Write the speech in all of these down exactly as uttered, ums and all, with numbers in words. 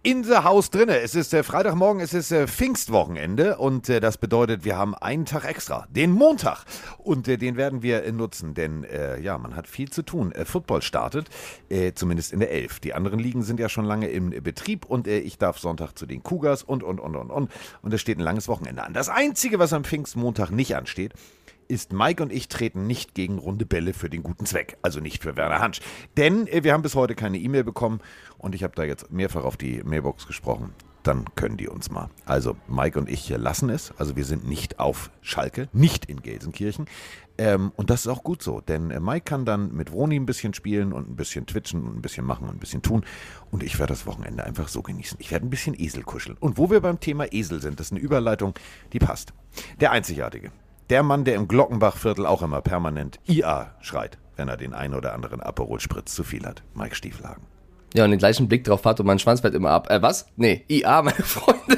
in the house drinne. Es ist äh, Freitagmorgen, es ist äh, Pfingstwochenende und äh, das bedeutet, wir haben einen Tag extra, den Montag. Und äh, den werden wir äh, nutzen, denn äh, ja, man hat viel zu tun. Äh, Football startet, äh, zumindest in der Elf. Die anderen Ligen sind ja schon lange im äh, Betrieb und äh, ich darf Sonntag zu den Cougars und, und, und, und, und. Und es steht ein langes Wochenende an. Das Einzige, was am Pfingstmontag nicht ansteht, ist, Mike und ich treten nicht gegen runde Bälle für den guten Zweck. Also nicht für Werner Hansch. Denn äh, wir haben bis heute keine E-Mail bekommen und ich habe da jetzt mehrfach auf die Mailbox gesprochen. Dann können die uns mal. Also Mike und ich lassen es. Also wir sind nicht auf Schalke, nicht in Gelsenkirchen. Ähm, und das ist auch gut so. Denn äh, Mike kann dann mit Vroni ein bisschen spielen und ein bisschen twitchen und ein bisschen machen und ein bisschen tun. Und ich werde das Wochenende einfach so genießen. Ich werde ein bisschen Esel kuscheln. Und wo wir beim Thema Esel sind, das ist eine Überleitung, die passt. Der Einzigartige. Der Mann, der im Glockenbachviertel auch immer permanent I A schreit, wenn er den einen oder anderen Aperol-Spritz zu viel hat. Mike Stieflagen. Ja, und den gleichen Blick drauf hat und mein Schwanz fällt immer ab. Äh, was? Nee, I A, meine Freunde.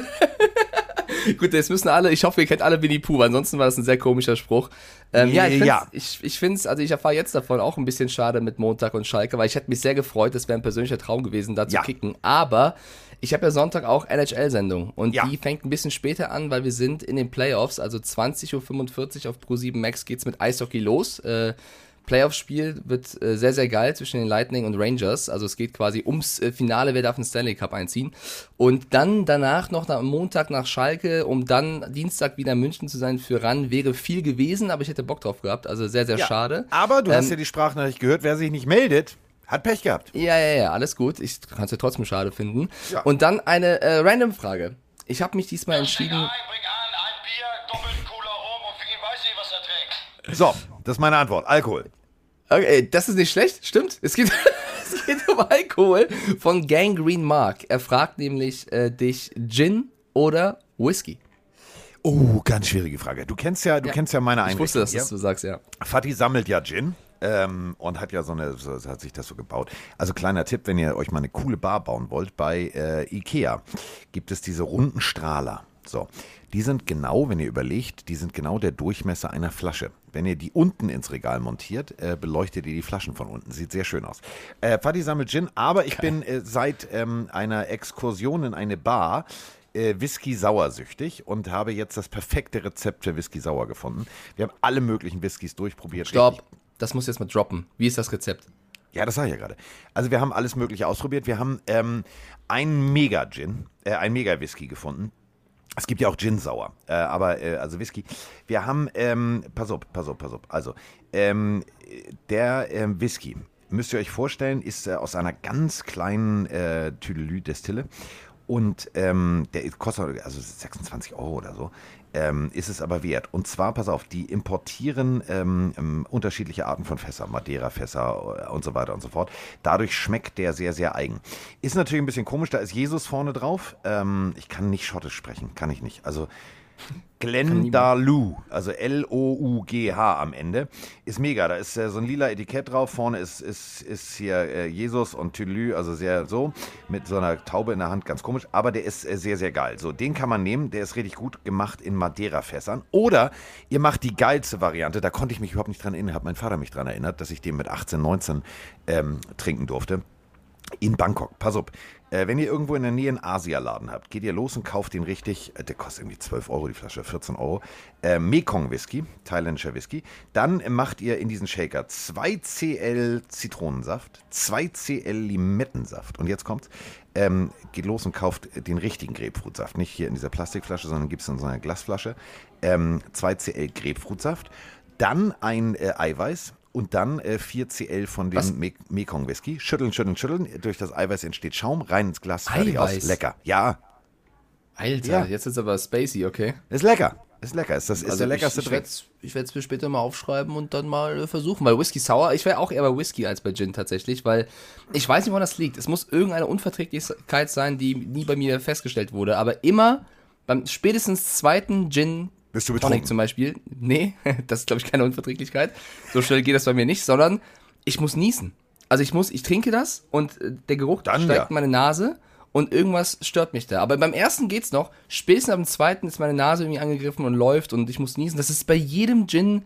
Gut, jetzt müssen alle, ich hoffe, ihr kennt alle Winnie Pooh, ansonsten war das ein sehr komischer Spruch. Ähm, ja, ich finde Ja. ich, ich find's, also ich erfahre jetzt davon auch ein bisschen schade mit Montag und Schalke, weil ich hätte mich sehr gefreut, das wäre ein persönlicher Traum gewesen, da zu Ja. kicken. Aber ich habe ja Sonntag auch N H L-Sendung und Ja. die fängt ein bisschen später an, weil wir sind in den Playoffs, also zwanzig Uhr fünfundvierzig auf Pro sieben Max geht's mit Eishockey los. Äh, Playoff-Spiel wird äh, sehr, sehr geil zwischen den Lightning und Rangers. Also es geht quasi ums äh, Finale, wer darf den Stanley Cup einziehen. Und dann danach noch am Montag nach Schalke, um dann Dienstag wieder in München zu sein für RAN, wäre viel gewesen, aber ich hätte Bock drauf gehabt. Also sehr, sehr Ja. schade. Aber du Ähm, hast ja die Sprachnachricht gehört, wer sich nicht meldet, hat Pech gehabt. Ja, ja, ja, alles gut. Ich kann es ja trotzdem schade finden. Ja. Und dann eine äh, Random-Frage. Ich habe mich diesmal Bring entschieden... ein, bring an, ein Bier, doppelt cooler rum und für ihn weiß ich, was er trinkt. So, das ist meine Antwort. Alkohol. Okay, das ist nicht schlecht, stimmt. Es geht, es geht um Alkohol von Gangrene Mark. Er fragt nämlich äh, dich Gin oder Whisky. Oh, ganz schwierige Frage. Du kennst ja, du Ja. kennst ja meine Ich Einrichtung. wusste, dass hier. du sagst, ja. Fatih sammelt ja Gin ähm, und hat ja so eine, so hat sich das so gebaut. Also kleiner Tipp, wenn ihr euch mal eine coole Bar bauen wollt, bei äh, Ikea gibt es diese runden Strahler. So, die sind genau, wenn ihr überlegt, die sind genau der Durchmesser einer Flasche. Wenn ihr die unten ins Regal montiert, äh, beleuchtet ihr die Flaschen von unten. Sieht sehr schön aus. Äh, Fatih sammelt Gin, aber ich bin äh, seit ähm, einer Exkursion in eine Bar äh, Whisky sauersüchtig und habe jetzt das perfekte Rezept für Whisky sauer gefunden. Wir haben alle möglichen Whiskys durchprobiert. Stopp, Richtig- das muss jetzt mal droppen. Wie ist das Rezept? Ja, das sage ich ja gerade. Also wir haben alles Mögliche ausprobiert. Wir haben ähm, einen Mega-Gin, äh, einen Mega-Whisky gefunden. Es gibt ja auch Gin sauer, äh, aber äh, also Whisky. Wir haben, ähm, pass auf, pass auf, pass auf. Also also der ähm, Whisky, müsst ihr euch vorstellen, ist äh, aus einer ganz kleinen äh, Tüdelü-Destille und ähm, der kostet also sechsundzwanzig Euro oder so. Ähm, ist es aber wert. Und zwar, pass auf, die importieren ähm, ähm, unterschiedliche Arten von Fässer, Madeira-Fässer äh, und so weiter und so fort. Dadurch schmeckt der sehr, sehr eigen. Ist natürlich ein bisschen komisch, da ist Jesus vorne drauf. Ähm, ich kann nicht Schottisch sprechen, kann ich nicht. Also Glendalough, also L O U G H am Ende, ist mega. Da ist äh, so ein lila Etikett drauf, vorne ist, ist, ist hier äh, Jesus und Tülü, also sehr so, mit so einer Taube in der Hand, ganz komisch, aber der ist äh, sehr, sehr geil. So, den kann man nehmen, der ist richtig gut gemacht in Madeira-Fässern. Oder ihr macht die geilste Variante, da konnte ich mich überhaupt nicht dran erinnern, hat mein Vater mich dran erinnert, dass ich den mit achtzehn, neunzehn ähm, trinken durfte. In Bangkok, pass auf, äh, wenn ihr irgendwo in der Nähe einen Asialaden habt, geht ihr los und kauft den richtig, äh, der kostet irgendwie zwölf Euro die Flasche, vierzehn Euro, äh, Mekong Whisky, thailändischer Whisky, dann äh, macht ihr in diesen Shaker zwei Zentiliter Zitronensaft, zwei Zentiliter Limettensaft und jetzt kommt's, ähm, geht los und kauft den richtigen Grapefruitsaft, nicht hier in dieser Plastikflasche, sondern gibt es in so einer Glasflasche, ähm, zwei Zentiliter Grapefruitsaft, dann ein äh, Eiweiß, und dann äh, vier Zentiliter von Was? dem Me- Mekong Whisky. Schütteln, schütteln, schütteln. Durch das Eiweiß entsteht Schaum. Rein ins Glas. Fertig Eiweiß? aus. Lecker. Ja, Alter, Ja. jetzt ist aber spacey, okay? ist lecker. Ist lecker. Ist, das, ist Also der leckerste ich, ich Drink. werd's- Ich werde es mir später mal aufschreiben und dann mal äh, versuchen, weil Whisky Sour, ich wäre auch eher bei Whisky als bei Gin tatsächlich, weil ich weiß nicht, woran das liegt. Es muss irgendeine Unverträglichkeit sein, die nie bei mir festgestellt wurde, aber immer beim spätestens zweiten Gin Bist du Tonic betrunken? zum Beispiel, nee, das ist glaube ich keine Unverträglichkeit, so schnell geht das bei mir nicht, sondern ich muss niesen. Also ich muss, ich trinke das und äh, der Geruch Dann steigt ja. in meine Nase und irgendwas stört mich da. Aber beim ersten geht's noch, spätestens am zweiten ist meine Nase irgendwie angegriffen und läuft und ich muss niesen. Das ist bei jedem Gin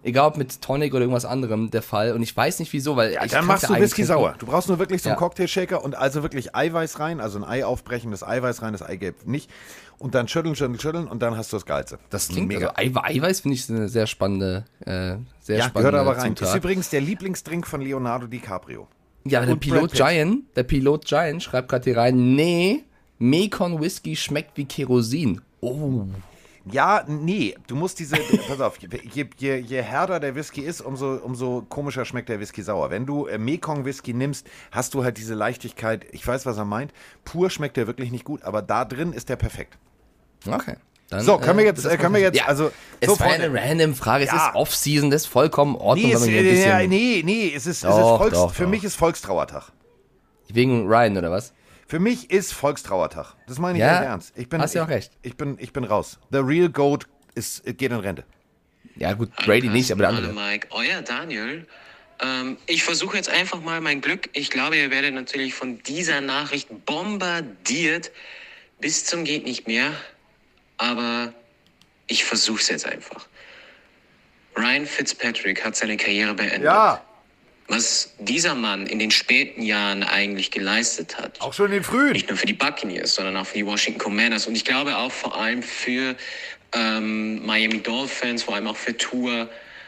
Egal ob mit Tonic oder irgendwas anderem der Fall. Und ich weiß nicht wieso, weil Ja, ich dann kann's machst ja du eigentlich Whisky trinken. sauer. Du brauchst nur wirklich so einen Ja. Cocktailshaker und also wirklich Eiweiß rein, also ein Ei aufbrechen, das Eiweiß rein, das Eigelb nicht. Und dann schütteln, schütteln, schütteln und dann hast du das Geilste. Das klingt, mega. also Eiwe- Eiweiß finde ich eine sehr spannende, äh, sehr Ja, spannende gehört aber rein. Zutat. Ist übrigens der Lieblingsdrink von Leonardo DiCaprio. Ja, aber der Und Pilot Brad Pitt. Giant, der Pilot Giant schreibt gerade hier rein, nee, Mekon Whisky schmeckt wie Kerosin. Oh. Ja, nee, du musst diese, pass auf, je, je, je härter der Whisky ist, umso, umso komischer schmeckt der Whisky sauer. Wenn du äh, Mekong Whisky nimmst, hast du halt diese Leichtigkeit, ich weiß, was er meint, pur schmeckt der wirklich nicht gut, aber da drin ist der perfekt. Okay. Dann, So, können wir äh, jetzt, das äh, können wir jetzt, ja, also, es so war Freunde, eine random Frage, es Ja. ist Off-Season, das ist vollkommen in Ordnung, nee, wenn ist, man hier ein äh, bisschen, ja, nee, nee, es ist, es ist Doch, Volks, doch, für doch. mich ist Volkstrauertag. wegen Ryan oder was? Für mich ist Volkstrauertag. Das meine ich Ja, ganz ernst. Ich bin, hast ja auch ich, recht. Ich bin, ich bin raus. The real goat ist, geht in Rente. Ja gut, Brady nicht, aber der Hallo andere. Mike, euer Daniel. Ähm, ich versuche jetzt einfach mal mein Glück. Ich glaube, ihr werdet natürlich von dieser Nachricht bombardiert bis zum geht nicht mehr. Aber ich versuche es jetzt einfach. Ryan Fitzpatrick hat seine Karriere beendet. Ja, Was dieser Mann in den späten Jahren eigentlich geleistet hat. auch schon in den frühen. Nicht nur für die Buccaneers, sondern auch für die Washington Commanders. Und ich glaube auch vor allem für ähm, Miami Dolphins, vor allem auch für Tua.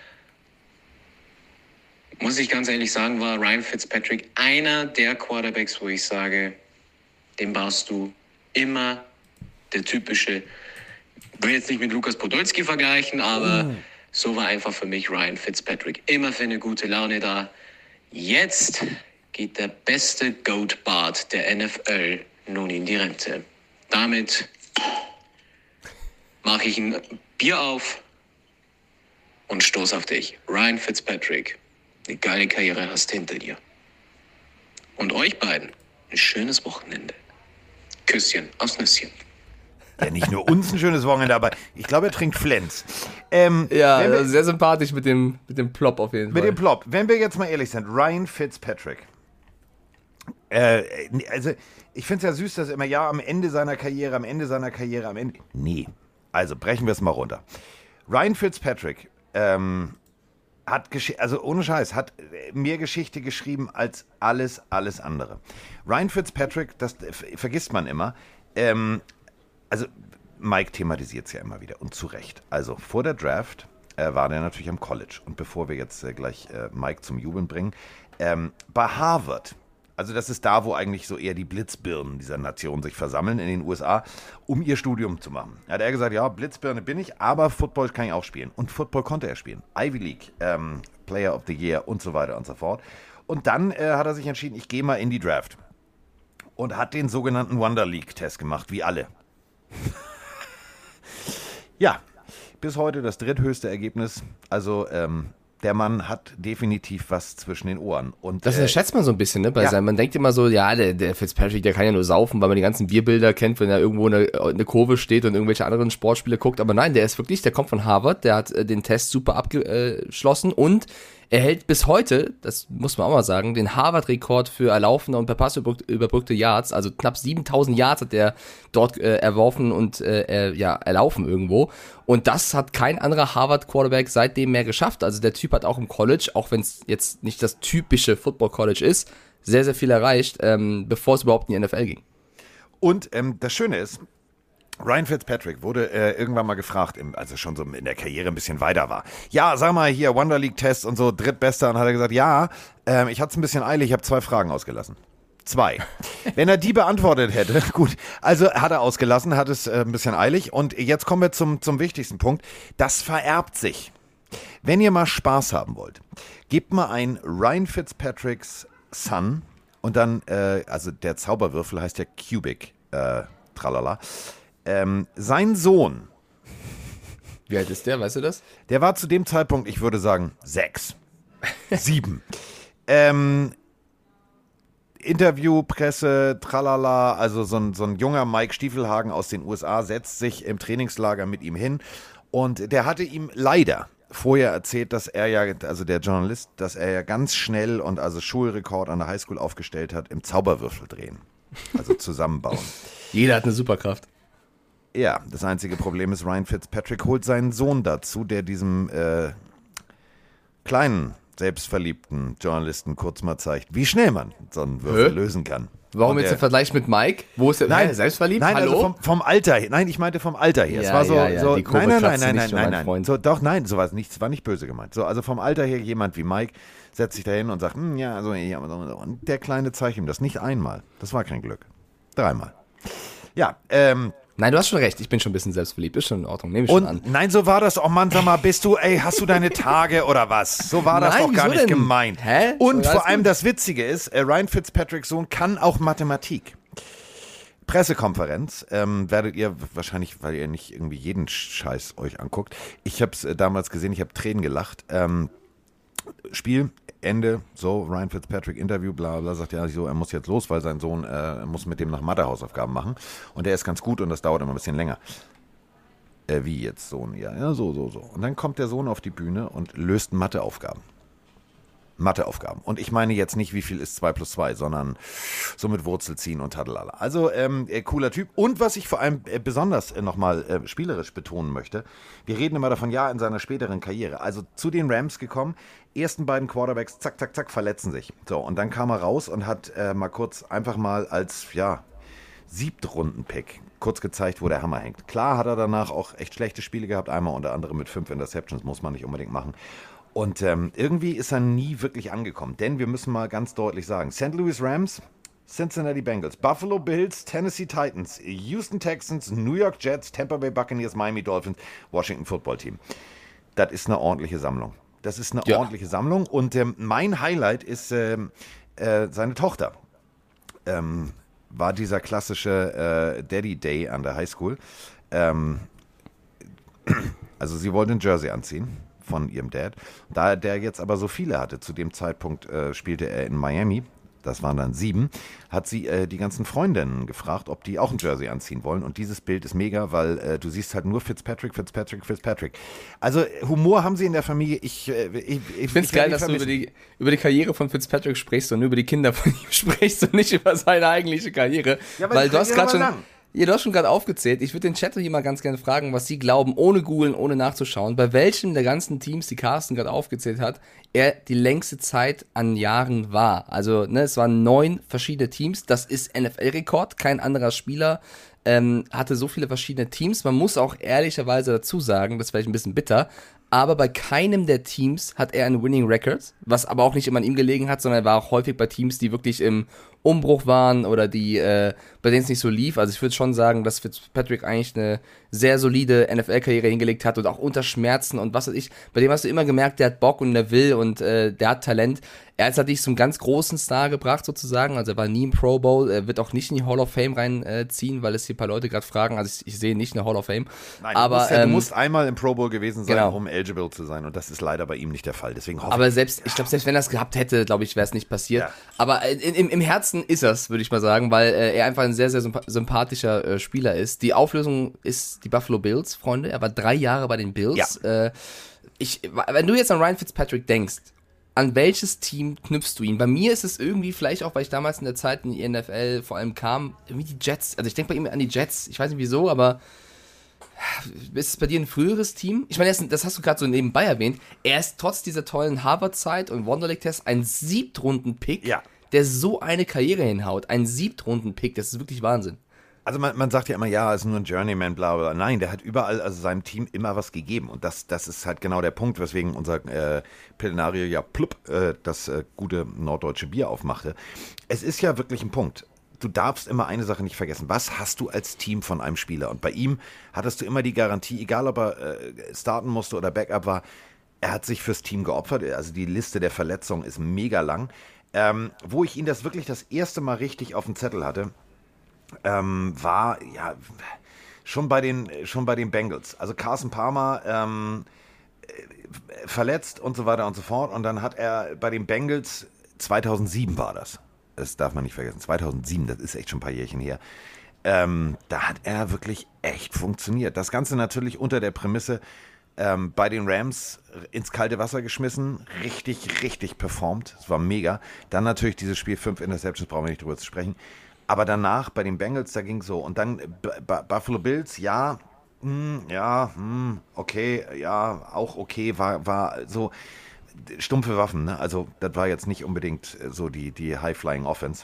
Muss ich ganz ehrlich sagen, war Ryan Fitzpatrick einer der Quarterbacks, wo ich sage, den baust du immer der typische, will jetzt nicht mit Lukas Podolski vergleichen, aber so war einfach für mich Ryan Fitzpatrick. Immer für eine gute Laune da. Jetzt geht der beste Goat-Bart der N F L nun in die Rente. Damit mache ich ein Bier auf und stoß auf dich. Ryan Fitzpatrick, eine geile Karriere hast hinter dir. Und euch beiden ein schönes Wochenende. Küsschen aus Nüsschen. Ja, nicht nur uns ein schönes Wochenende, aber ich glaube, er trinkt Flens. Ähm, Ja, wenn wir, also sehr sympathisch mit dem, mit dem Plop auf jeden mit Fall. dem Plop, wenn wir jetzt mal ehrlich sind, Ryan Fitzpatrick. Äh, also, ich finde es ja süß, dass immer, ja, am Ende seiner Karriere, am Ende seiner Karriere, am Ende. Nee. Also, brechen wir es mal runter. Ryan Fitzpatrick, ähm, hat, Gesch- also ohne Scheiß, hat äh, mehr Geschichte geschrieben als alles, alles andere. Ryan Fitzpatrick, das äh, vergisst man immer, ähm, also Mike thematisiert es ja immer wieder und zu Recht. Also vor der Draft äh, war der natürlich am College. Und bevor wir jetzt äh, gleich äh, Mike zum Jubeln bringen, ähm, bei Harvard, also das ist da, wo eigentlich so eher die Blitzbirnen dieser Nation sich versammeln in den U S A, um ihr Studium zu machen. Hat er gesagt, ja, Blitzbirne bin ich, aber Football kann ich auch spielen. Und Football konnte er spielen. Ivy League, ähm, Player of the Year und so weiter und so fort. Und dann äh, hat er sich entschieden, ich gehe mal in die Draft. Und hat den sogenannten Wonder League-Test gemacht, wie alle. Ja, bis heute das dritthöchste Ergebnis. Also ähm, der Mann hat definitiv was zwischen den Ohren. Und, Das äh, unterschätzt man so ein bisschen, ne? Bei ja. seinem, man denkt immer so, ja, der, der Fitzpatrick, der kann ja nur saufen, weil man die ganzen Bierbilder kennt, wenn er irgendwo eine, eine Kurve steht und irgendwelche anderen Sportspiele guckt. Aber nein, der ist wirklich, der kommt von Harvard, der hat äh, den Test super abgeschlossen und er hält bis heute, das muss man auch mal sagen, den Harvard-Rekord für erlaufene und per Pass überbrück- überbrückte Yards. Also knapp siebentausend Yards hat der dort äh, erworfen und äh, er, ja, erlaufen irgendwo. Und das hat kein anderer Harvard-Quarterback seitdem mehr geschafft. Also der Typ hat auch im College, auch wenn es jetzt nicht das typische Football-College ist, sehr, sehr viel erreicht, ähm, bevor es überhaupt in die N F L ging. Und ähm, das Schöne ist, Ryan Fitzpatrick wurde äh, irgendwann mal gefragt, im, als er schon so in der Karriere ein bisschen weiter war. Ja, sag mal hier, Wonder League Test und so, drittbester. Und hat er gesagt, ja, ähm, ich hatte es ein bisschen eilig, ich habe zwei Fragen ausgelassen. Zwei. Wenn er die beantwortet hätte, gut, also hat er ausgelassen, hat es äh, ein bisschen eilig. Und jetzt kommen wir zum, zum wichtigsten Punkt. Das vererbt sich. Wenn ihr mal Spaß haben wollt, gebt mal ein Ryan Fitzpatricks Son und dann, äh, also der Zauberwürfel heißt ja Cubic, äh, tralala. Ähm, sein Sohn, Wie alt ist der, weißt du das? der war zu dem Zeitpunkt, ich würde sagen, sechs, sieben. Ähm, Interview, Presse, tralala, also so ein, so ein junger Mike Stiefelhagen aus den U S A setzt sich im Trainingslager mit ihm hin und der hatte ihm leider vorher erzählt, dass er ja, also der Journalist, dass er ja ganz schnell und also Schulrekord an der Highschool aufgestellt hat im Zauberwürfel drehen, also zusammenbauen. Jeder hat eine Superkraft. Ja, das einzige Problem ist, Ryan Fitzpatrick holt seinen Sohn dazu, der diesem äh, kleinen, selbstverliebten Journalisten kurz mal zeigt, wie schnell man so einen Würfel Hä? lösen kann. Warum Und jetzt der- im Vergleich mit Mike? Wo ist der Nein, Hä, selbstverliebt? Nein, Hallo? also vom, vom Alter her. Nein, ich meinte vom Alter her. es Ja, war so, ja, ja, so die Kurve nein, nein, nein, kratzt nein, nicht nein, schon, nein, mein nein. Freund. So, doch, nein, sowas nicht, es war nicht böse gemeint. So, also vom Alter her jemand wie Mike setzt sich da hin und sagt, hm, ja, also, ja, so, so. Und der Kleine zeigt ihm das nicht einmal. Das war kein Glück. Dreimal. Ja, ähm, Nein, du hast schon recht. Ich bin schon ein bisschen selbstverliebt. Ist schon in Ordnung. Nehme ich schon an. und nein, so war das auch, Mann, sag mal, bist du, ey, hast du deine Tage oder was? So war das Nein, doch gar wieso nicht denn? gemeint. Hä? Und Alles vor allem gut. das Witzige ist, äh, Ryan Fitzpatricks Sohn kann auch Mathematik. Pressekonferenz, ähm, werdet ihr wahrscheinlich, weil ihr nicht irgendwie jeden Scheiß euch anguckt. Ich habe es äh, damals gesehen, ich habe Tränen gelacht. Ähm, Spiel, Ende, so, Ryan Fitzpatrick, Interview, bla bla, sagt ja so, er muss jetzt los, weil sein Sohn äh, muss mit dem nach Mathe Hausaufgaben machen. Und der ist ganz gut und das dauert immer ein bisschen länger. Äh, wie jetzt Sohn? Ja, ja, so, so, so. Und dann kommt der Sohn auf die Bühne und löst Matheaufgaben. Matheaufgaben. Und ich meine jetzt nicht, wie viel ist zwei plus zwei, sondern so mit Wurzel ziehen und Tadelala. Also ähm, äh, cooler Typ. Und was ich vor allem äh, besonders äh, nochmal äh, spielerisch betonen möchte, wir reden immer davon, ja, in seiner späteren Karriere. Also zu den Rams gekommen, ersten beiden Quarterbacks, zack, zack, zack, verletzen sich. So, und dann kam er raus und hat äh, mal kurz einfach mal als, ja, Siebtrunden-Pick kurz gezeigt, wo der Hammer hängt. Klar hat er danach auch echt schlechte Spiele gehabt, einmal unter anderem mit fünf Interceptions, muss man nicht unbedingt machen. Und ähm, irgendwie ist er nie wirklich angekommen, denn wir müssen mal ganz deutlich sagen, Saint Louis Rams, Cincinnati Bengals, Buffalo Bills, Tennessee Titans, Houston Texans, New York Jets, Tampa Bay Buccaneers, Miami Dolphins, Washington Football Team. Das ist eine ordentliche Sammlung. Das ist eine Ja. ordentliche Sammlung und ähm, mein Highlight ist ähm, äh, seine Tochter. Ähm, war dieser klassische äh, Daddy Day an der Highschool. Ähm, also sie wollte ein Jersey anziehen von ihrem Dad. Da der jetzt aber so viele hatte, zu dem Zeitpunkt äh, spielte er in Miami, das waren dann sieben, hat sie äh, die ganzen Freundinnen gefragt, ob die auch ein Jersey anziehen wollen. Und dieses Bild ist mega, weil äh, du siehst halt nur Fitzpatrick, Fitzpatrick, Fitzpatrick. Also Humor haben sie in der Familie. Ich, äh, ich, ich, Ich finde es geil, dass du über die, über die Karriere von Fitzpatrick sprichst und über die Kinder von ihm sprichst und nicht über seine eigentliche Karriere. Ja, weil weil die du hast Karriere gerade war schon... lang. Ja, du hast schon gerade aufgezählt. Ich würde den Chat hier mal ganz gerne fragen, was sie glauben, ohne googeln, ohne nachzuschauen, bei welchem der ganzen Teams, die Carsten gerade aufgezählt hat, er die längste Zeit an Jahren war. Also, ne, es waren neun verschiedene Teams. Das ist N F L-Rekord. Kein anderer Spieler ähm, hatte so viele verschiedene Teams. Man muss auch ehrlicherweise dazu sagen, das ist vielleicht ein bisschen bitter, aber bei keinem der Teams hat er einen Winning Record, was aber auch nicht immer an ihm gelegen hat, sondern er war auch häufig bei Teams, die wirklich im Umbruch waren oder die, äh, bei denen es nicht so lief. Also ich würde schon sagen, dass Fitzpatrick eigentlich eine sehr solide N F L-Karriere hingelegt hat und auch unter Schmerzen und was weiß ich. Bei dem hast du immer gemerkt, der hat Bock und der will und äh, der hat Talent. Er hat dich zum ganz großen Star gebracht sozusagen, also er war nie im Pro Bowl, er wird auch nicht in die Hall of Fame reinziehen, äh, weil es hier ein paar Leute gerade fragen, also ich, ich sehe nicht eine Hall of Fame. Nein, aber, du, musst ja, ähm, du musst einmal im Pro Bowl gewesen sein, genau. um eligible zu sein. Und das ist leider bei ihm nicht der Fall. Deswegen hoffe Aber ich. selbst, ich glaube, selbst wenn er es gehabt hätte, glaube ich, wäre es nicht passiert. Ja. Aber in, im, im Herzen ist es, würde ich mal sagen, weil äh, er einfach ein sehr, sehr sympa- sympathischer äh, Spieler ist. Die Auflösung ist die Buffalo Bills, Freunde. Er war drei Jahre bei den Bills. Äh, ich, wenn du jetzt an Ryan Fitzpatrick denkst, an welches Team knüpfst du ihn? Bei mir ist es irgendwie, vielleicht auch, weil ich damals in der Zeit in die N F L vor allem kam, irgendwie die Jets. Also ich denke bei ihm an die Jets. Ich weiß nicht wieso, aber ist es bei dir ein früheres Team? Ich meine, das, das hast du gerade so nebenbei erwähnt. Er ist trotz dieser tollen Harvard-Zeit und Wonderlic-Test ein Siebtrunden-Pick, Ja. der so eine Karriere hinhaut. Ein Siebtrunden-Pick, das ist wirklich Wahnsinn. Also man, man sagt ja immer, ja, er ist nur ein Journeyman, bla bla. Nein, der hat überall, also seinem Team immer was gegeben. Und das, das ist halt genau der Punkt, weswegen unser äh, Pillenario ja plupp äh, das äh, gute norddeutsche Bier aufmachte. Es ist ja wirklich ein Punkt. Du darfst immer eine Sache nicht vergessen. Was hast du als Team von einem Spieler? Und bei ihm hattest du immer die Garantie, egal ob er äh, starten musste oder Backup war, er hat sich fürs Team geopfert. Also die Liste der Verletzungen ist mega lang. Ähm, wo ich ihn das wirklich das erste Mal richtig auf dem Zettel hatte, ähm, war ja schon bei den schon bei den Bengals. Also Carson Palmer ähm, äh, verletzt und so weiter und so fort. Und dann hat er bei den Bengals, zweitausendsieben war das. Das darf man nicht vergessen. zweitausendsieben, das ist echt schon ein paar Jährchen her. Ähm, da hat er wirklich echt funktioniert. Das Ganze natürlich unter der Prämisse, ähm, bei den Rams ins kalte Wasser geschmissen, richtig, richtig performt. Das war mega. Dann natürlich dieses Spiel, fünf Interceptions, brauchen wir nicht drüber zu sprechen. Aber danach bei den Bengals, da ging so. Und dann B- B- Buffalo Bills, ja, hm, ja, hm, okay, ja, auch okay, war, war so. stumpfe Waffen, ne? Also das war jetzt nicht unbedingt so die, die High-Flying Offense.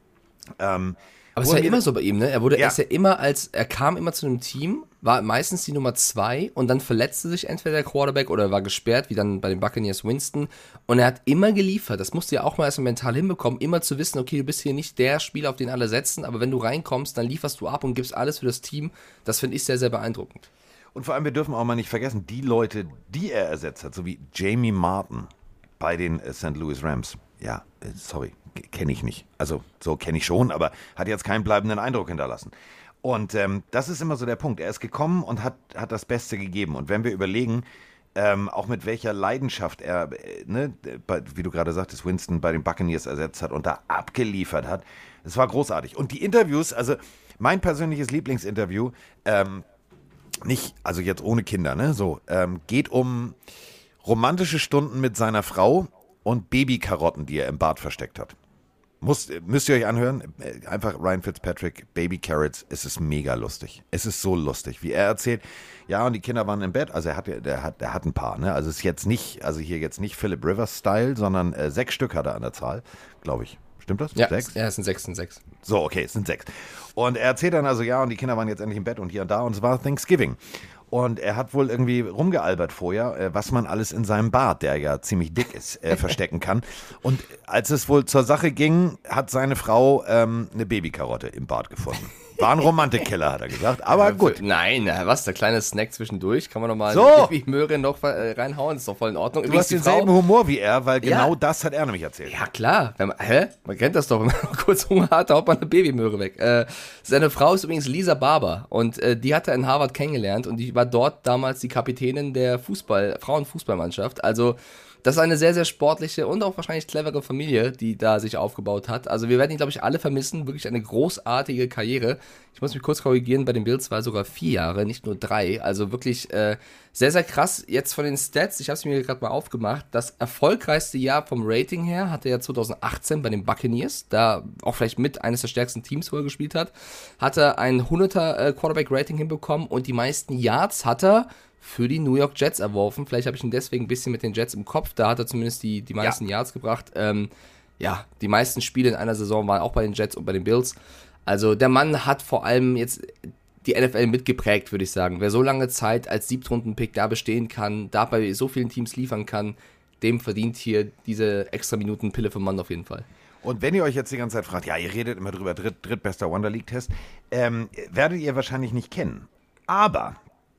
Ähm, Aber es ist ja mir- immer so bei ihm, ne? Er wurde Ja. er ist ja immer als, er kam immer zu einem Team, war meistens die Nummer zwei und dann verletzte sich entweder der Quarterback oder er war gesperrt, wie dann bei den Buccaneers Winston. Und er hat immer geliefert. Das musst du ja auch mal erstmal mental hinbekommen, immer zu wissen, okay, du bist hier nicht der Spieler, auf den alle setzen, aber wenn du reinkommst, dann lieferst du ab und gibst alles für das Team. Das finde ich sehr, sehr beeindruckend. Und vor allem, wir dürfen auch mal nicht vergessen, die Leute, die er ersetzt hat, so wie Jamie Martin bei den äh, Saint Louis Rams. Ja, äh, sorry, kenne ich nicht. Also so kenne ich schon, aber hat jetzt keinen bleibenden Eindruck hinterlassen. Und ähm, das ist immer so der Punkt. Er ist gekommen und hat, hat das Beste gegeben. Und wenn wir überlegen, ähm, auch mit welcher Leidenschaft er, äh, ne, bei, wie du gerade sagtest, Winston bei den Buccaneers ersetzt hat und da abgeliefert hat, es war großartig. Und die Interviews, also mein persönliches Lieblingsinterview, ähm, nicht, also jetzt ohne Kinder, ne, so, ähm, geht um romantische Stunden mit seiner Frau und Babykarotten, die er im Bad versteckt hat. Muss, müsst ihr euch anhören, einfach Ryan Fitzpatrick, Baby Carrots, es ist mega lustig. Es ist so lustig, wie er erzählt, ja, und die Kinder waren im Bett, also er hat, der hat, der hat ein paar, ne, also es ist jetzt nicht, also hier jetzt nicht Philip Rivers Style, sondern äh, sechs Stück hat er an der Zahl, glaube ich. Stimmt das? Ja, Sechs? ja, es sind sechs, sind sechs. So, okay, es sind sechs. Und er erzählt dann also, ja, und die Kinder waren jetzt endlich im Bett und hier und da und es war Thanksgiving. Und er hat wohl irgendwie rumgealbert vorher, äh, was man alles in seinem Bart, der ja ziemlich dick ist, äh, verstecken kann. Und als es wohl zur Sache ging, hat seine Frau ähm, eine Babykarotte im Bad gefunden. War ein Romantikkiller, hat er gesagt. Aber Ja, gut. für- Nein, na, was, der kleine Snack zwischendurch, kann man noch mal So. eine Babymöhre noch äh, reinhauen, ist doch voll in Ordnung. Du Übrigens hast die denselben Frau- Humor wie er, weil genau Ja. das hat er nämlich erzählt. Ja, klar. Wenn man, hä? Man kennt das doch. Wenn man kurz Hunger hat, haut man eine Babymöhre weg. Äh, seine Frau ist übrigens Lisa Barber. Und äh, die hat er in Harvard kennengelernt. Und die war dort damals die Kapitänin der Fußball, Frauenfußballmannschaft. Also, das ist eine sehr, sehr sportliche und auch wahrscheinlich clevere Familie, die da sich aufgebaut hat. Also, wir werden ihn, glaube ich, alle vermissen. Wirklich eine großartige Karriere. Ich muss mich kurz korrigieren. Bei den Bills war er sogar vier Jahre, nicht nur drei. Also wirklich äh, sehr, sehr krass. Jetzt von den Stats, ich habe es mir gerade mal aufgemacht. Das erfolgreichste Jahr vom Rating her hatte er zwanzig achtzehn bei den Buccaneers, da auch vielleicht mit eines der stärksten Teams, wo er gespielt hat. Hat er ein hunderter äh, Quarterback-Rating hinbekommen und die meisten Yards hat er für die New York Jets erworfen. Vielleicht habe ich ihn deswegen ein bisschen mit den Jets im Kopf. Da hat er zumindest die, die meisten Yards gebracht. Ähm, ja, die meisten Spiele in einer Saison waren auch bei den Jets und bei den Bills. Also der Mann hat vor allem jetzt die N F L mitgeprägt, würde ich sagen. Wer so lange Zeit als Siebtrunden-Pick da bestehen kann, da bei so vielen Teams liefern kann, dem verdient hier diese extra Minuten Pille vom Mann auf jeden Fall. Und wenn ihr euch jetzt die ganze Zeit fragt, ja, ihr redet immer drüber, dritt, drittbester Wonder League-Test, ähm, werdet ihr wahrscheinlich nicht kennen. Aber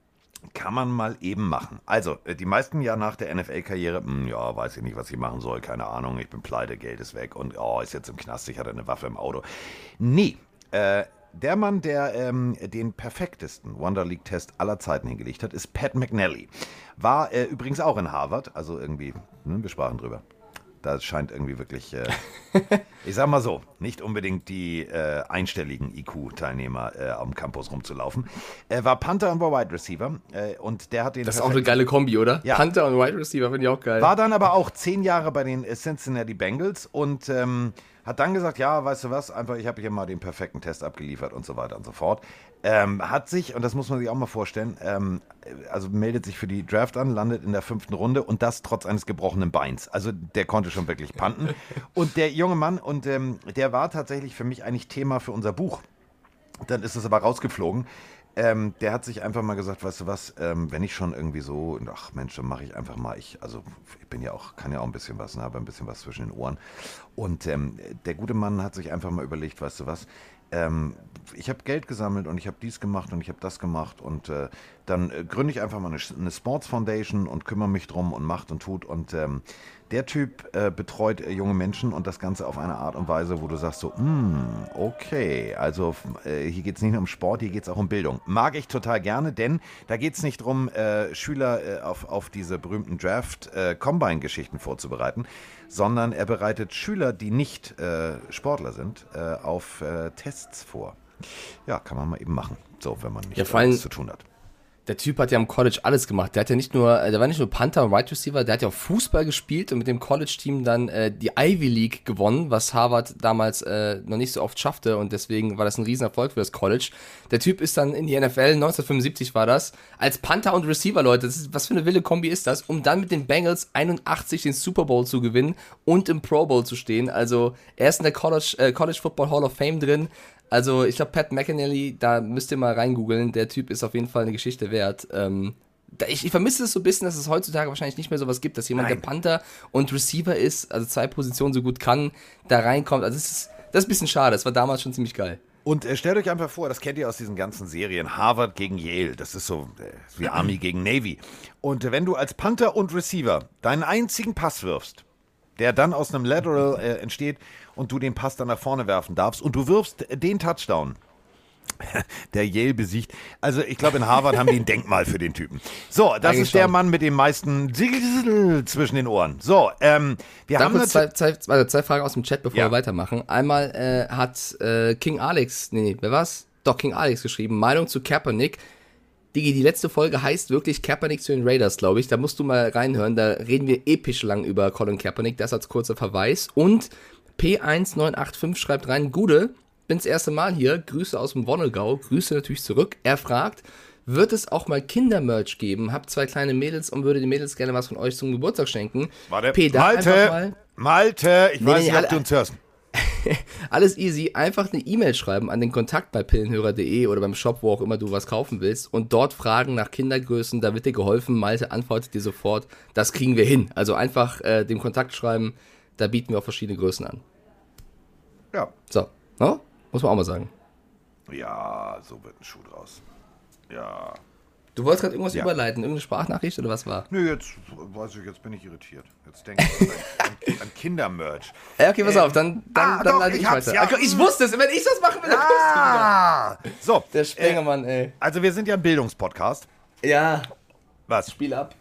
kann man mal eben machen. Also, äh, die meisten ja nach der N F L-Karriere, hm, ja, weiß ich nicht, was ich machen soll, keine Ahnung, ich bin pleite, Geld ist weg und oh, ist jetzt im Knast, ich hatte eine Waffe im Auto. Nee, äh, der Mann, der ähm, den perfektesten Wonder League-Test aller Zeiten hingelegt hat, ist Pat McNally. War äh, übrigens auch in Harvard, also irgendwie, hm, wir sprachen drüber. Das scheint irgendwie wirklich, äh, ich sag mal so, nicht unbedingt die äh, einstelligen I Q-Teilnehmer äh, am Campus rumzulaufen. Er war Panther und war Wide Receiver äh, und der hat den... Das ist auch eine geile Kombi, oder? Ja. Panther und Wide Receiver finde ich auch geil. War dann aber auch zehn Jahre bei den Cincinnati Bengals und ähm, hat dann gesagt, ja, weißt du was, einfach, ich habe hier mal den perfekten Test abgeliefert und so weiter und so fort. Ähm, hat sich, und das muss man sich auch mal vorstellen, ähm, also meldet sich für die Draft an, landet in der fünften Runde und das trotz eines gebrochenen Beins. Also der konnte schon wirklich panten. Und der junge Mann, und ähm, der war tatsächlich für mich eigentlich Thema für unser Buch. Dann ist es aber rausgeflogen. Ähm, der hat sich einfach mal gesagt, weißt du was, ähm, wenn ich schon irgendwie so, ach Mensch, dann mache ich einfach mal, ich, also ich bin ja auch, kann ja auch ein bisschen was, ne, habe ein bisschen was zwischen den Ohren. Und ähm, der gute Mann hat sich einfach mal überlegt, weißt du was, ähm, ich habe Geld gesammelt und ich habe dies gemacht und ich habe das gemacht und äh, dann äh, gründe ich einfach mal eine, eine Sports Foundation und kümmere mich drum und macht und tut und ähm, der Typ äh, betreut äh, junge Menschen und das Ganze auf eine Art und Weise, wo du sagst so, mm, okay, also äh, hier geht es nicht nur um Sport, hier geht es auch um Bildung. Mag ich total gerne, denn da geht es nicht darum, äh, Schüler äh, auf, auf diese berühmten Draft-Combine-Geschichten vorzubereiten, sondern er bereitet Schüler, die nicht äh, Sportler sind, äh, auf äh, Tests vor. Ja, kann man mal eben machen, so, wenn man nicht Ja, vor allem- was zu tun hat. Der Typ hat ja im College alles gemacht. Der hat ja nicht nur, der war nicht nur Panther und Wide Receiver, der hat ja auch Fußball gespielt und mit dem College-Team dann äh, die Ivy League gewonnen, was Harvard damals äh, noch nicht so oft schaffte und deswegen war das ein Riesenerfolg für das College. Der Typ ist dann in die N F L, neunzehnhundertfünfundsiebzig war das, als Panther und Receiver, Leute. Das ist, was für eine wilde Kombi ist das, um dann mit den Bengals einundachtzig den Super Bowl zu gewinnen und im Pro Bowl zu stehen. Also er ist in der College, äh, College Football Hall of Fame drin. Also ich glaube, Pat McAnally, da müsst ihr mal reingoogeln, der Typ ist auf jeden Fall eine Geschichte wert. Ähm, da, ich, ich vermisse es so ein bisschen, dass es heutzutage wahrscheinlich nicht mehr sowas gibt, dass jemand, Nein. der Panther und Receiver ist, also zwei Positionen so gut kann, da reinkommt. Also das ist, das ist ein bisschen schade, das war damals schon ziemlich geil. Und äh, stellt euch einfach vor, das kennt ihr aus diesen ganzen Serien, Harvard gegen Yale, das ist so äh, wie Army gegen Navy. Und äh, wenn du als Panther und Receiver deinen einzigen Pass wirfst, der dann aus einem Lateral äh, entsteht und du den Pass dann nach vorne werfen darfst und du wirfst den Touchdown, der Yale besiegt. Also ich glaube, in Harvard haben die ein Denkmal für den Typen. So, das Eigentlich ist der schon. Mann mit dem meisten zwischen den Ohren. So, ähm, wir Da haben kurz zwei, natürlich... zwei, also zwei Fragen aus dem Chat, bevor Ja. wir weitermachen. Einmal äh, hat äh, King Alex, nee, nee, wer war's? Doch, King Alex geschrieben, Meinung zu Kaepernick. Digi, die letzte Folge heißt wirklich Kaepernick zu den Raiders, glaube ich. Da musst du mal reinhören. Da reden wir episch lang über Colin Kaepernick. Das als kurzer Verweis. Und P eins neun acht fünf schreibt rein, Gude, bin das erste Mal hier. Grüße aus dem Wonnelgau. Grüße natürlich zurück. Er fragt, wird es auch mal Kindermerch geben? Hab zwei kleine Mädels und würde den Mädels gerne was von euch zum Geburtstag schenken. Warte, P, da einfach Malte, mal Malte, ich Nee, weiß nee, nicht, ob alle- du uns hörst. Alles easy, einfach eine E-Mail schreiben an den Kontakt bei pillenhörer punkt de oder beim Shop, wo auch immer du was kaufen willst und dort fragen nach Kindergrößen, da wird dir geholfen, Malte antwortet dir sofort, das kriegen wir hin. Also einfach äh, dem Kontakt schreiben, da bieten wir auch verschiedene Größen an. Ja. So, no? Muss man auch mal sagen. Ja, so wird ein Schuh draus. Ja. Du wolltest gerade irgendwas Ja. überleiten, irgendeine Sprachnachricht oder was war? Nö, jetzt weiß ich, jetzt bin ich irritiert. Jetzt denke ich an, an, an Kindermerch. Ja, okay, pass auf, dann, dann, ah, dann doch, leite ich ich hab's, weiter. ja. Ah, guck, ich wusste es, wenn ich das machen will, dann kommst du wieder. Ah! So, Der Sprengermann, ey. also wir sind ja ein Bildungspodcast. Ja, Was? Spiel ab.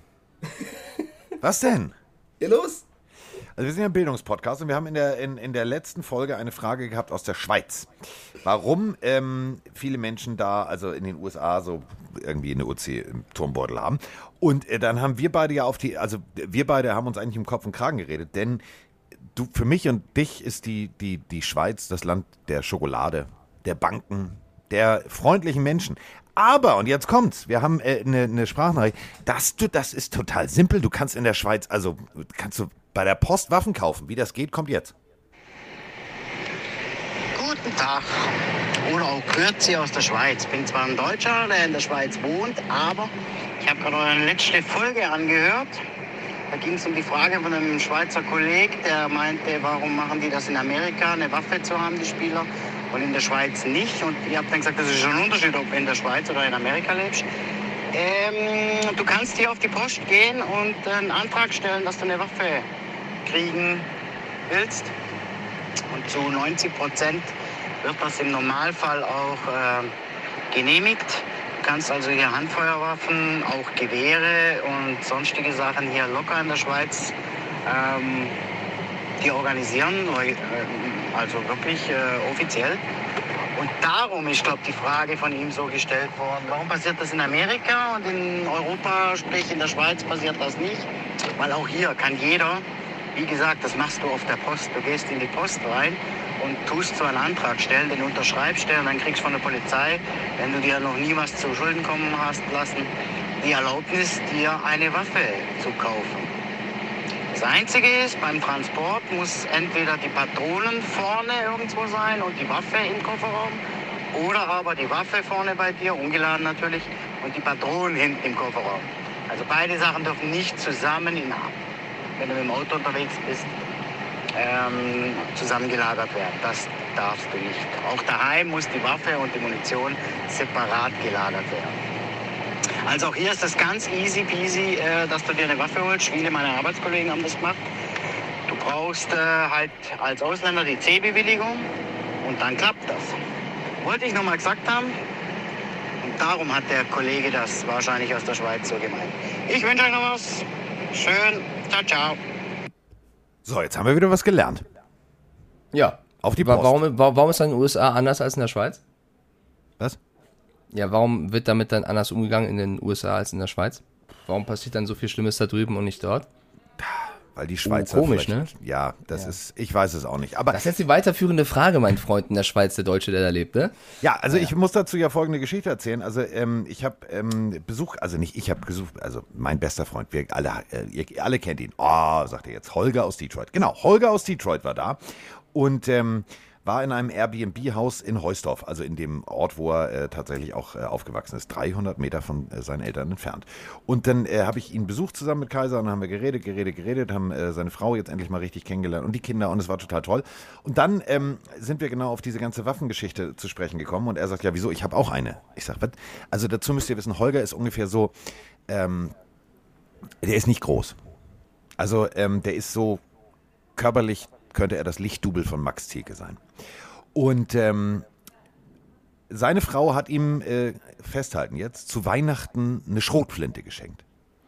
Was denn? Hier los. Also wir sind ja ein Bildungspodcast und wir haben in der, in, in der letzten Folge eine Frage gehabt aus der Schweiz. Warum ähm, viele Menschen da, also in den U S A, so irgendwie eine O C im Turmbeutel haben. Und äh, dann haben wir beide ja auf die, also wir beide haben uns eigentlich im Kopf und Kragen geredet, denn du, für mich und dich ist die, die, die Schweiz das Land der Schokolade, der Banken, der freundlichen Menschen. Aber, und jetzt kommt's, wir haben äh, eine, eine Sprachnachricht, das, du, das ist total simpel, du kannst in der Schweiz, also kannst du bei der Post Waffen kaufen. Wie das geht, kommt jetzt. Guten Tag. Oder auch Grüezi aus der Schweiz. Bin zwar ein Deutscher, der in der Schweiz wohnt, aber ich habe gerade eure letzte Folge angehört. Da ging es um die Frage von einem Schweizer Kollegen, der meinte, warum machen die das in Amerika, eine Waffe zu haben, die Spieler, und in der Schweiz nicht. Und ihr habt dann gesagt, das ist schon ein Unterschied, ob du in der Schweiz oder in Amerika lebst. Ähm, du kannst hier auf die Post gehen und einen Antrag stellen, dass du eine Waffe kriegen willst. Und zu neunzig Prozent wird das im Normalfall auch äh, genehmigt. Du kannst also hier Handfeuerwaffen, auch Gewehre und sonstige Sachen hier locker in der Schweiz ähm, die organisieren, äh, also wirklich äh, offiziell. Und darum ist, glaube ich, die Frage von ihm so gestellt worden, warum passiert das in Amerika und in Europa, sprich in der Schweiz, passiert das nicht? Weil auch hier kann jeder, wie gesagt, das machst du auf der Post, du gehst in die Post rein und tust so einen Antrag stellen, den unterschreibst du und dann kriegst du von der Polizei, wenn du dir noch nie was zu Schulden kommen hast lassen, die Erlaubnis, dir eine Waffe zu kaufen. Das Einzige ist, beim Transport muss entweder die Patronen vorne irgendwo sein und die Waffe im Kofferraum oder aber die Waffe vorne bei dir, ungeladen natürlich, und die Patronen hinten im Kofferraum. Also beide Sachen dürfen nicht zusammen, in, wenn du mit dem Auto unterwegs bist, ähm, zusammengelagert werden. Das darfst du nicht. Auch daheim muss die Waffe und die Munition separat gelagert werden. Also auch hier ist das ganz easy peasy, äh, dass du dir eine Waffe holst. Viele meiner Arbeitskollegen haben das gemacht. Du brauchst äh, halt als Ausländer die C-Bewilligung und dann klappt das. Wollte ich nochmal gesagt haben. Und darum hat der Kollege das wahrscheinlich aus der Schweiz so gemeint. Ich wünsche euch noch was. Schön. Ciao, ciao. So, jetzt haben wir wieder was gelernt. Ja. Auf die Wa- Post. Warum, wa- warum ist das in den U S A anders als in der Schweiz? Was? Ja, warum wird damit dann anders umgegangen in den U S A als in der Schweiz? Warum passiert dann so viel Schlimmes da drüben und nicht dort? Weil die Schweizer oh, komisch, ne? Ja, das ja. ist, ich weiß es auch nicht. Aber das ist jetzt die weiterführende Frage, mein Freund in der Schweiz, der Deutsche, der da lebt, ne? Ja, also ja. ich muss dazu ja folgende Geschichte erzählen. Also ähm, ich habe ähm, Besuch, also nicht ich habe gesucht, also mein bester Freund, wir alle, äh, ihr alle kennt ihn. Oh, sagt er jetzt, Holger aus Detroit. Genau, Holger aus Detroit war da und ähm, war in einem Airbnb-Haus in Heusdorf, also in dem Ort, wo er äh, tatsächlich auch äh, aufgewachsen ist, dreihundert Meter von äh, seinen Eltern entfernt. Und dann äh, habe ich ihn besucht zusammen mit Kaiser und dann haben wir geredet, geredet, geredet, haben äh, seine Frau jetzt endlich mal richtig kennengelernt und die Kinder und es war total toll. Und dann ähm, sind wir genau auf diese ganze Waffengeschichte zu sprechen gekommen und er sagt, ja wieso, ich habe auch eine. Ich sage, was? Also dazu müsst ihr wissen, Holger ist ungefähr so, ähm, der ist nicht groß. Also ähm, der ist so körperlich, könnte er das Lichtdouble von Max Thielke sein. Und ähm, seine Frau hat ihm, äh, festhalten jetzt, zu Weihnachten eine Schrotflinte geschenkt.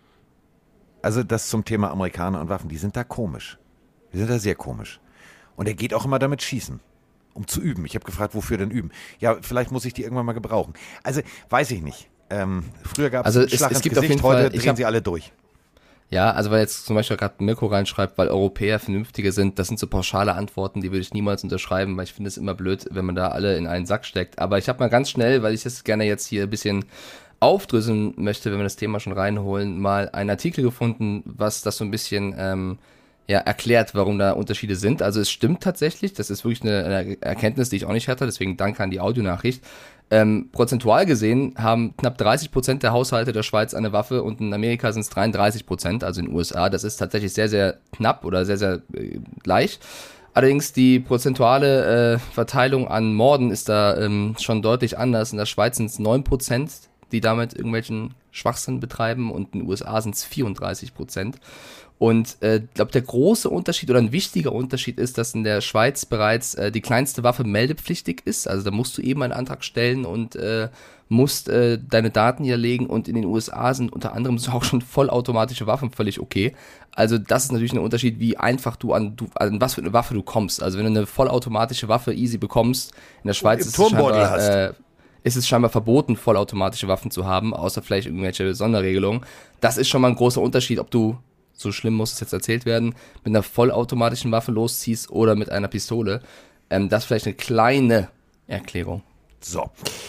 Also das zum Thema Amerikaner und Waffen, die sind da komisch. Die sind da sehr komisch. Und er geht auch immer damit schießen, um zu üben. Ich habe gefragt, wofür denn üben? Ja, vielleicht muss ich die irgendwann mal gebrauchen. Also, weiß ich nicht. Ähm, früher gab also es einen Schlag es, es ins gibt Gesicht, auf jeden heute Fall, drehen hab, sie alle durch. Ja, also weil jetzt zum Beispiel gerade Mirko reinschreibt, weil Europäer vernünftiger sind, das sind so pauschale Antworten, die würde ich niemals unterschreiben, weil ich finde es immer blöd, wenn man da alle in einen Sack steckt. Aber ich habe mal ganz schnell, weil ich das gerne jetzt hier ein bisschen aufdröseln möchte, wenn wir das Thema schon reinholen, mal einen Artikel gefunden, was das so ein bisschen ähm, ja, erklärt, warum da Unterschiede sind. Also es stimmt tatsächlich, das ist wirklich eine, eine Erkenntnis, die ich auch nicht hatte, deswegen danke an die Audionachricht. Ähm, prozentual gesehen haben knapp dreißig Prozent der Haushalte der Schweiz eine Waffe und in Amerika sind es dreiunddreißig Prozent, also in den U S A. Das ist tatsächlich sehr, sehr knapp oder sehr, sehr äh, gleich. Allerdings die prozentuale äh, Verteilung an Morden ist da ähm, schon deutlich anders. In der Schweiz sind es neun Prozent, die damit irgendwelchen Schwachsinn betreiben und in den U S A sind es vierunddreißig Prozent. Und ich äh, glaube, der große Unterschied oder ein wichtiger Unterschied ist, dass in der Schweiz bereits äh, die kleinste Waffe meldepflichtig ist. Also da musst du eben einen Antrag stellen und äh, musst äh, deine Daten niederlegen. Und in den U S A sind unter anderem so auch schon vollautomatische Waffen völlig okay. Also das ist natürlich ein Unterschied, wie einfach du an, du, an was für eine Waffe du kommst. Also wenn du eine vollautomatische Waffe easy bekommst, in der Schweiz ist es scheinbar... Äh, ist es scheinbar verboten, vollautomatische Waffen zu haben, außer vielleicht irgendwelche Sonderregelungen. Das ist schon mal ein großer Unterschied, ob du, so schlimm muss es jetzt erzählt werden, mit einer vollautomatischen Waffe losziehst oder mit einer Pistole. Ähm, das ist vielleicht eine kleine Erklärung. So.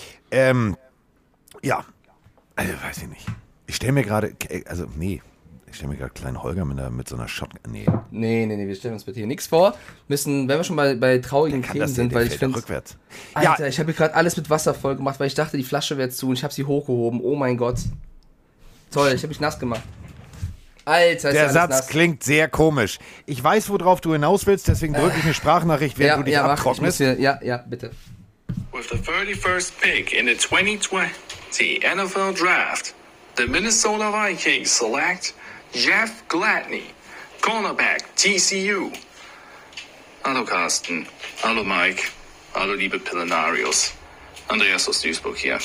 Ähm, ja. Also, weiß ich nicht. Ich stelle mir gerade, also, nee. Ich stelle mir gerade kleinen Holger mit, einer, mit so einer Shotgun. Nee. Nee, nee, nee, wir stellen uns bitte hier nichts vor. Müssen, wenn wir schon bei, bei traurigen Themen das sind, der, weil der ich finde. Rückwärts. Alter, Ja. ich habe hier gerade alles mit Wasser voll gemacht, weil ich dachte, die Flasche wäre zu und ich habe sie hochgehoben. Oh mein Gott. Toll, ich habe mich nass gemacht. Alter, ist Der alles Satz nass. klingt sehr komisch. Ich weiß, worauf du hinaus willst, deswegen drücke ich eine Sprachnachricht, während Ja, du dich ja, mach, ich muss abtrocknest. hier, ja, ja, bitte. With the thirty-first pick in the twenty twenty N F L Draft, the Minnesota Vikings select Jeff Gladney, Cornerback, T C U. Hallo Carsten, hallo Mike, hallo liebe Pillenarios. Andreas aus Duisburg hier.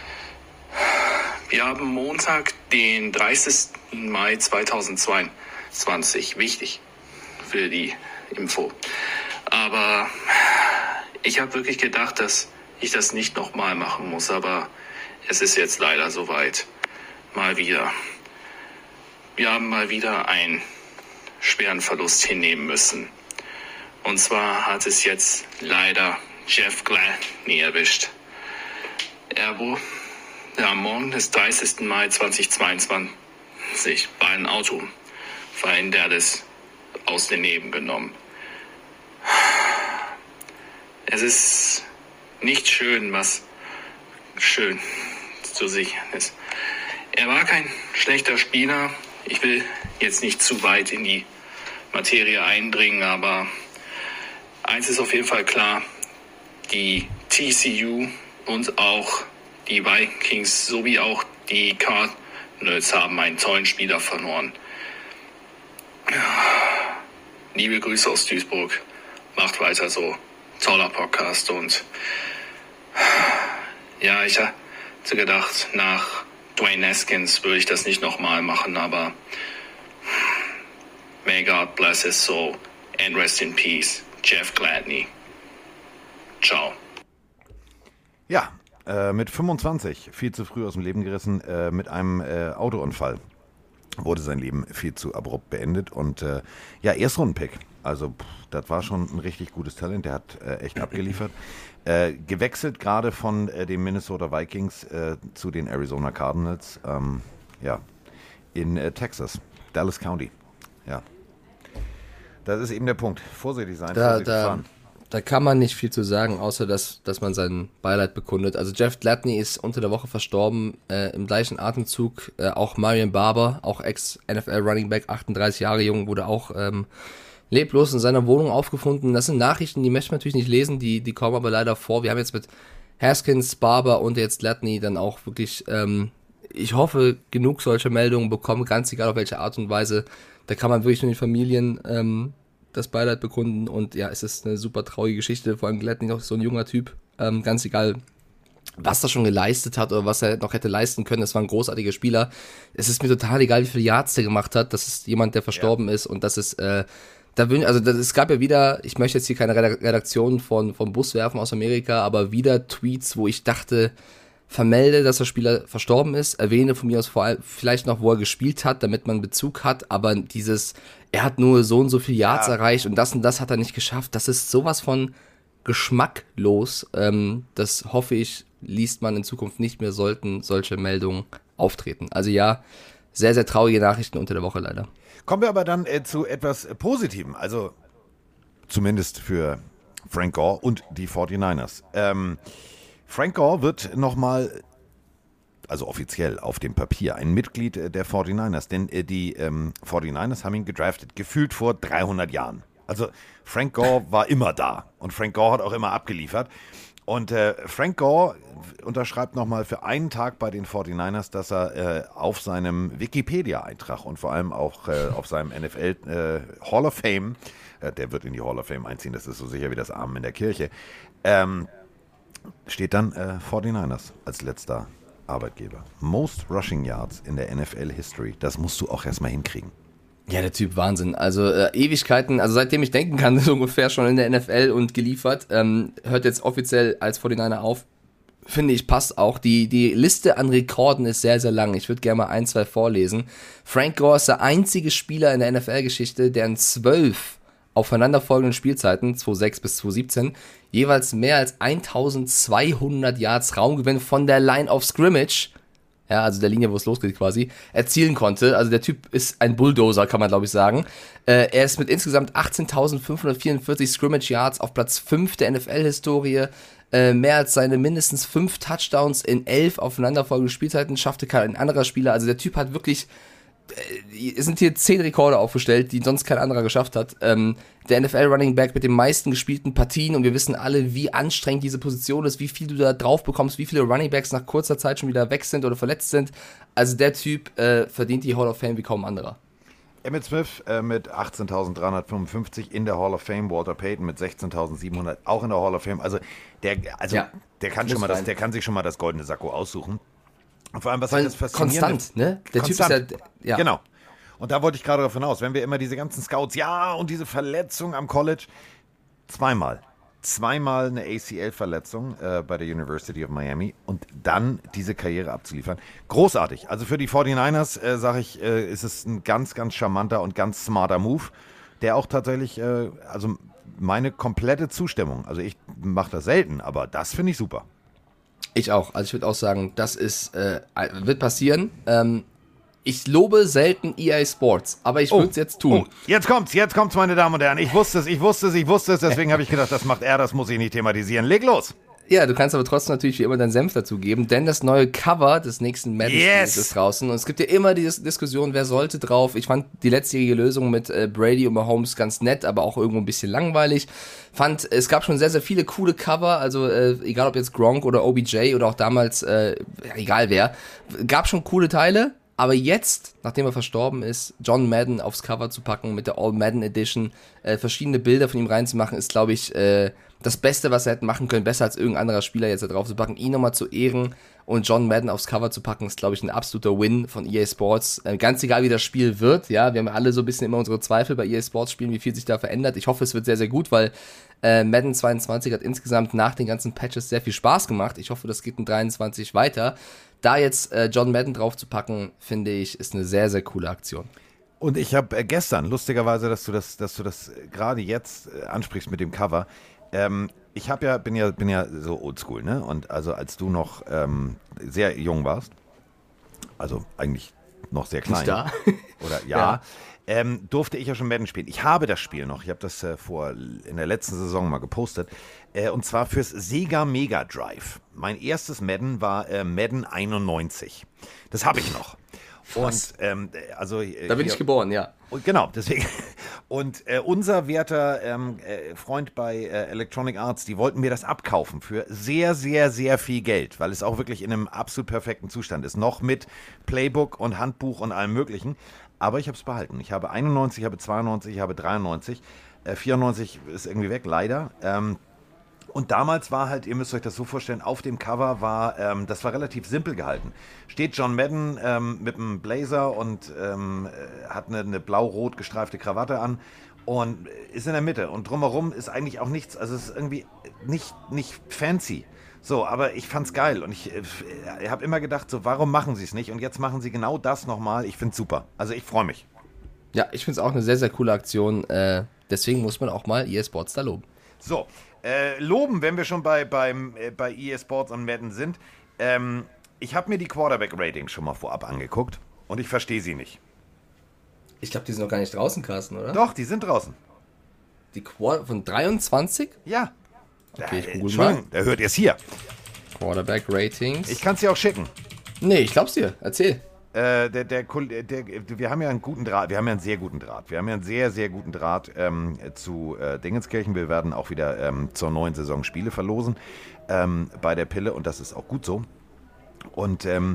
Wir haben Montag, den dreißigsten Mai zweitausendzweiundzwanzig. Wichtig für die Info. Aber ich habe wirklich gedacht, dass ich das nicht nochmal machen muss. Aber es ist jetzt leider soweit. Mal wieder. Wir haben mal wieder einen schweren Verlust hinnehmen müssen. Und zwar hat es jetzt leider Jeff Gladney erwischt. Er wurde am Morgen des dreißigsten Mai zweitausendzweiundzwanzig bei einem Auto in Dallas aus dem Leben genommen. Es ist nicht schön, was schön zu sehen ist. Er war kein schlechter Spieler. Ich will jetzt nicht zu weit in die Materie eindringen, aber eins ist auf jeden Fall klar, die T C U und auch die Vikings sowie auch die Cardinals haben einen tollen Spieler verloren. Liebe Grüße aus Duisburg, macht weiter so, toller Podcast und ja, ich hatte gedacht, nach Dwayne Haskins würde ich das nicht nochmal machen, aber may God bless his soul and rest in peace, Jeff Gladney. Ciao. Ja, äh, mit fünfundzwanzig, viel zu früh aus dem Leben gerissen, äh, mit einem äh, Autounfall. Wurde sein Leben viel zu abrupt beendet und äh, ja, Erstrundenpick. Also pff, das war schon ein richtig gutes Talent, der hat äh, echt abgeliefert. Äh, gewechselt gerade von äh, den Minnesota Vikings äh, zu den Arizona Cardinals, ähm, ja, in äh, Texas, Dallas County, ja. Das ist eben der Punkt, vorsichtig sein, Da, vorsichtig da, fahren. da kann man nicht viel zu sagen, außer dass, dass man sein Beileid bekundet. Also Jeff Gladney ist unter der Woche verstorben, äh, im gleichen Atemzug äh, auch Marion Barber, auch Ex-N F L-Running Back, achtunddreißig Jahre jung, wurde auch ähm, leblos in seiner Wohnung aufgefunden. Das sind Nachrichten, die möchte man natürlich nicht lesen, die, die kommen aber leider vor. Wir haben jetzt mit Haskins, Barber und jetzt Gladney dann auch wirklich, ähm, ich hoffe, genug solcher Meldungen bekommen, ganz egal auf welche Art und Weise. Da kann man wirklich nur den Familien ähm, das Beileid bekunden und ja, es ist eine super traurige Geschichte, vor allem Gladney noch so ein junger Typ, ähm, ganz egal, was er schon geleistet hat oder was er noch hätte leisten können, das war ein großartiger Spieler. Es ist mir total egal, wie viele Yards der gemacht hat, das ist jemand, der verstorben ja. ist und das ist, äh, da bin, also das, es gab ja wieder, ich möchte jetzt hier keine Redaktion von, vom Bus werfen aus Amerika, aber wieder Tweets, wo ich dachte, vermelde, dass der Spieler verstorben ist, erwähne von mir aus vor allem vielleicht noch, wo er gespielt hat, damit man Bezug hat, aber dieses, er hat nur so und so viele Yards ja. erreicht und das und das hat er nicht geschafft, das ist sowas von geschmacklos, ähm, das hoffe ich, liest man in Zukunft nicht mehr, sollten solche Meldungen auftreten. Also ja, sehr, sehr traurige Nachrichten unter der Woche leider. Kommen wir aber dann äh, zu etwas äh, Positivem, also zumindest für Frank Gore und die forty-niners. Ähm, Frank Gore wird nochmal, also offiziell auf dem Papier, ein Mitglied äh, der forty-niners, denn äh, die ähm, forty-niners haben ihn gedraftet, gefühlt vor dreihundert Jahren. Also Frank Gore war immer da und Frank Gore hat auch immer abgeliefert. Und äh, Frank Gore unterschreibt nochmal für einen Tag bei den forty-niners, dass er äh, auf seinem Wikipedia-Eintrag und vor allem auch äh, auf seinem N F L äh, Hall of Fame, äh, der wird in die Hall of Fame einziehen, das ist so sicher wie das Amen in der Kirche, ähm, steht dann äh, forty-niners als letzter Arbeitgeber. Most Rushing Yards in der N F L History, das musst du auch erstmal hinkriegen. Ja, der Typ Wahnsinn. Also äh, Ewigkeiten, also seitdem ich denken kann, so ungefähr schon in der N F L und geliefert. Ähm, hört jetzt offiziell als forty-niner auf. Finde ich, passt auch. Die, die Liste an Rekorden ist sehr, sehr lang. Ich würde gerne mal ein, zwei vorlesen. Frank Gore ist der einzige Spieler in der N F L-Geschichte, der in zwölf aufeinanderfolgenden Spielzeiten, zweitausendsechs bis zweitausendsiebzehn, jeweils mehr als eintausendzweihundert Yards Raumgewinn von der Line of Scrimmage, ja, also der Linie, wo es losgeht quasi, erzielen konnte. Also der Typ ist ein Bulldozer, kann man glaube ich sagen. Äh, er ist mit insgesamt achtzehntausendfünfhundertvierundvierzig Scrimmage Yards auf Platz fünf der N F L-Historie. Äh, mehr als seine mindestens fünf Touchdowns in elf aufeinanderfolgenden Spielzeiten schaffte kein anderer Spieler. Also der Typ hat wirklich, äh, es sind hier zehn Rekorde aufgestellt, die sonst kein anderer geschafft hat. Ähm, der N F L-Running Back mit den meisten gespielten Partien und wir wissen alle, wie anstrengend diese Position ist, wie viel du da drauf bekommst, wie viele Running Backs nach kurzer Zeit schon wieder weg sind oder verletzt sind. Also der Typ äh, verdient die Hall of Fame wie kaum anderer. Emmitt Smith äh, mit achtzehntausenddreihundertfünfundfünfzig in der Hall of Fame, Walter Payton mit sechzehntausendsiebenhundert auch in der Hall of Fame. Also der, also ja, der kann schon mal das, der kann sich schon mal das goldene Sakko aussuchen. Und vor allem, was ich das faszinierende... Konstant, ne? Der Konstant. Typ ist ja... ja. Genau. Und da wollte ich gerade darauf hinaus, wenn wir immer diese ganzen Scouts, ja, und diese Verletzung am College, zweimal. Zweimal eine A C L-Verletzung äh, bei der University of Miami und dann diese Karriere abzuliefern. Großartig. Also für die forty-niners, äh, sage ich, äh, ist es ein ganz, ganz charmanter und ganz smarter Move, der auch tatsächlich, äh, also meine komplette Zustimmung, also ich mache das selten, aber das finde ich super. Ich auch. Also ich würde auch sagen, das ist, äh, wird passieren. Ähm, Ich lobe selten E A Sports, aber ich würde es oh, jetzt tun. Oh, jetzt kommt's, jetzt kommt's, meine Damen und Herren. Ich wusste es, ich wusste es, ich wusste es, deswegen habe ich gedacht, das macht er, das muss ich nicht thematisieren. Leg los! Ja, du kannst aber trotzdem natürlich wie immer deinen Senf dazugeben, denn das neue Cover des nächsten Madden-Spiels yes. ist draußen und es gibt ja immer die Dis- Diskussion, wer sollte drauf. Ich fand die letztjährige Lösung mit äh, Brady und Mahomes ganz nett, aber auch irgendwo ein bisschen langweilig. Fand, es gab schon sehr, sehr viele coole Cover, also äh, egal ob jetzt Gronk oder O B J oder auch damals, äh, egal wer, gab schon coole Teile. Aber jetzt, nachdem er verstorben ist, John Madden aufs Cover zu packen, mit der All-Madden Edition, äh, verschiedene Bilder von ihm reinzumachen, ist, glaube ich, äh, das Beste, was er hätte machen können, besser als irgendein anderer Spieler jetzt da drauf zu packen, ihn nochmal zu ehren und John Madden aufs Cover zu packen, ist, glaube ich, ein absoluter Win von E A Sports. Äh, ganz egal, wie das Spiel wird, ja, wir haben alle so ein bisschen immer unsere Zweifel bei E A Sports Spielen, wie viel sich da verändert. Ich hoffe, es wird sehr, sehr gut, weil äh, Madden zweiundzwanzig hat insgesamt nach den ganzen Patches sehr viel Spaß gemacht. Ich hoffe, das geht in dreiundzwanzig weiter. Da jetzt äh, John Madden drauf zu packen, finde ich, ist eine sehr, sehr coole Aktion. Und ich habe äh, gestern, lustigerweise, dass du das, dass du das äh, gerade jetzt äh, ansprichst mit dem Cover, ähm, ich habe ja, bin ja, bin ja so oldschool, ne? Und also als du noch ähm, sehr jung warst, also eigentlich noch sehr klein. Nicht da? Oder ja. Ja. Ähm, durfte ich ja schon Madden spielen. Ich habe das Spiel noch, ich habe das äh, vor in der letzten Saison mal gepostet, äh, und zwar fürs Sega Mega Drive. Mein erstes Madden war äh, Madden einundneunzig. Das habe ich noch. Und ähm, also äh, Da bin hier, ich geboren, ja. und genau, deswegen. Und äh, unser werter ähm, äh, Freund bei äh, Electronic Arts, die wollten mir das abkaufen für sehr, sehr, sehr viel Geld, weil es auch wirklich in einem absolut perfekten Zustand ist. Noch mit Playbook und Handbuch und allem Möglichen. Aber ich habe es behalten. Ich habe einundneunzig, ich habe zweiundneunzig, ich habe dreiundneunzig. Äh, vierundneunzig ist irgendwie weg, leider. Ähm, Und damals war halt, ihr müsst euch das so vorstellen, auf dem Cover war, ähm, das war relativ simpel gehalten. Steht John Madden ähm, mit einem Blazer und ähm, hat eine, eine blau-rot gestreifte Krawatte an und ist in der Mitte. Und drumherum ist eigentlich auch nichts, also es ist irgendwie nicht, nicht fancy. So, aber ich fand's geil und ich, äh, habe immer gedacht, so, warum machen sie es nicht? Und jetzt machen sie genau das nochmal. Ich find's super. Also ich freue mich. Ja, ich finde es auch eine sehr, sehr coole Aktion. Äh, deswegen muss man auch mal E A Sports da loben. So, äh, loben, wenn wir schon bei, beim, äh, bei E A Sports und Madden sind. Ähm, ich habe mir die Quarterback-Ratings schon mal vorab angeguckt und ich verstehe sie nicht. Ich glaube, die sind noch gar nicht draußen, Carsten, oder? Doch, die sind draußen. Die Quarter von dreiundzwanzig? Ja. Okay, ich Äh, google Entschuldigung, da hört ihr es hier. Quarterback Ratings. Ich kann es dir auch schicken. nee, ich glaub's dir. Erzähl. Äh, der, der, der, der, wir haben ja einen guten Draht, wir haben ja einen sehr guten Draht. Wir haben ja einen sehr, sehr guten Draht ähm, zu äh, Dingenskirchen. Wir werden auch wieder ähm, zur neuen Saison Spiele verlosen ähm, bei der Pille und das ist auch gut so. Und ähm,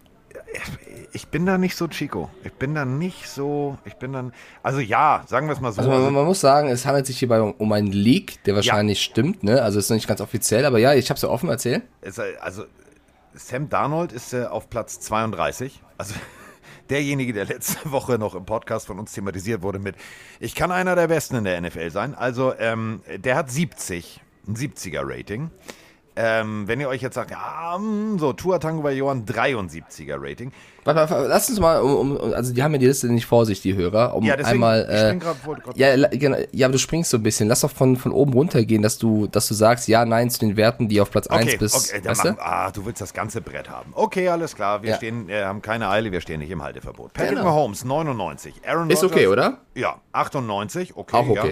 ich bin da nicht so Chico. Ich bin da nicht so, ich bin dann, also ja, sagen wir es mal so. Also man, man muss sagen, es handelt sich hierbei um, um einen Leak, der wahrscheinlich ja. stimmt, ne? Also ist noch nicht ganz offiziell, aber ja, ich hab's ja offen erzählt. Es, also Sam Darnold ist äh, auf Platz zweiunddreißig. Also derjenige, der letzte Woche noch im Podcast von uns thematisiert wurde mit, ich kann einer der Besten in der N F L sein. Also ähm, der hat siebzig, ein siebziger Rating. Ähm, wenn ihr euch jetzt sagt, ja, so, Tua Tagovailoa, dreiundsiebziger Rating. Warte, warte, lass uns mal, um, um, also die haben ja die Liste nicht vor sich, die Hörer, um ja, deswegen, einmal, ich äh, spring grad, wollte grad ja, genau, ja, aber du springst so ein bisschen, lass doch von, von oben runter gehen, dass du, dass du sagst, ja, nein zu den Werten, die auf Platz okay, eins bis, okay, dann weißt machen, du? ah, du willst das ganze Brett haben. Okay, alles klar, wir Ja. stehen, äh, haben keine Eile, wir stehen nicht im Halteverbot. Patrick Genau. Mahomes, neunundneunzig. Aaron Ist Rodgers, okay, oder? Ja, achtundneunzig, okay. Auch okay. Ja.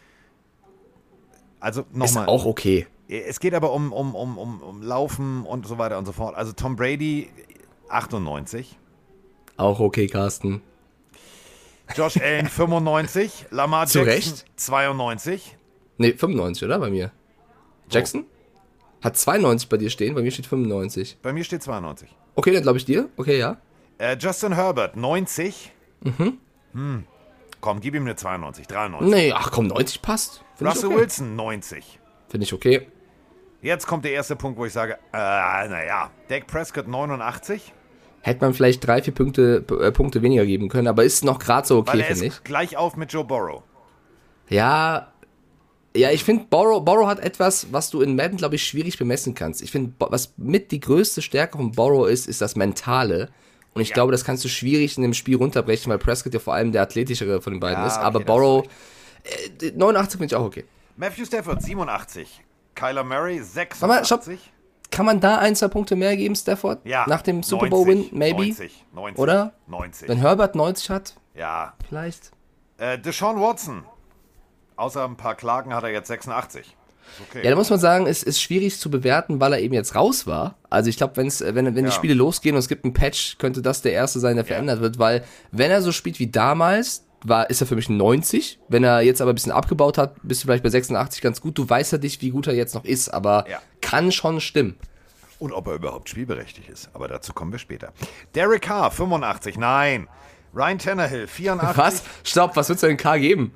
Also Ist nochmal. auch okay. Es geht aber um, um, um, um, um Laufen und so weiter und so fort. Also Tom Brady, achtundneunzig. Auch okay, Carsten. Josh Allen, fünfundneunzig. Lamar Zu Jackson, Recht? zweiundneunzig. Nee, fünfundneunzig, oder? Bei mir. Jackson? Hat zweiundneunzig bei dir stehen, bei mir steht fünfundneunzig. Bei mir steht zweiundneunzig. Okay, dann glaube ich dir. Okay, ja. Äh, Justin Herbert, neunzig. Mhm. Hm. Komm, gib ihm eine zweiundneunzig, dreiundneunzig. Nee, ach komm, neunzig passt. Finde ich Russell okay. Wilson, neunzig. Finde ich okay. Jetzt kommt der erste Punkt, wo ich sage, äh, naja, Dak Prescott, neunundachtzig. Hätte man vielleicht drei, vier Punkte, äh, Punkte weniger geben können, aber ist noch gerade so Weil okay, er finde ich. ist gleich auf mit Joe Burrow. Ja, ja, ich finde, Burrow, Burrow hat etwas, was du in Madden, glaube ich, schwierig bemessen kannst. Ich finde, was mit die größte Stärke von Burrow ist, ist das Mentale. Und ich Ja. glaube, das kannst du schwierig in dem Spiel runterbrechen, weil Prescott ja vor allem der athletischere von den beiden Ja, ist. okay, Aber das Burrow, äh, neunundachtzig finde ich auch okay. Matthew Stafford, siebenundachtzig. Kyler Murray, Aber sechsundachtzig. stopp. Kann man da ein, zwei Punkte mehr geben, Stafford? Ja. Nach dem Super Bowl-Win, maybe? neunzig, neunzig, Oder? neunzig. Wenn Herbert neunzig hat, Ja. vielleicht. Äh, Deshaun Watson. Außer ein paar Klagen hat er jetzt sechsundachtzig. Ist okay. Ja, da muss man sagen, es ist schwierig zu bewerten, weil er eben jetzt raus war. Also ich glaube, wenn wenn wenn Ja. die Spiele losgehen und es gibt einen Patch, könnte das der erste sein, der verändert wird, weil wenn er so spielt wie damals, war, ist er für mich ein neunzig. Wenn er jetzt aber ein bisschen abgebaut hat, bist du vielleicht bei sechsundachtzig ganz gut. Du weißt ja nicht, wie gut er jetzt noch ist, aber Ja. kann schon stimmen. Und ob er überhaupt spielberechtigt ist. Aber dazu kommen wir später. Derek Carr, fünfundachtzig. Nein. Ryan Tannehill, vierundachtzig. Was? Stopp, was würdest du denn K geben?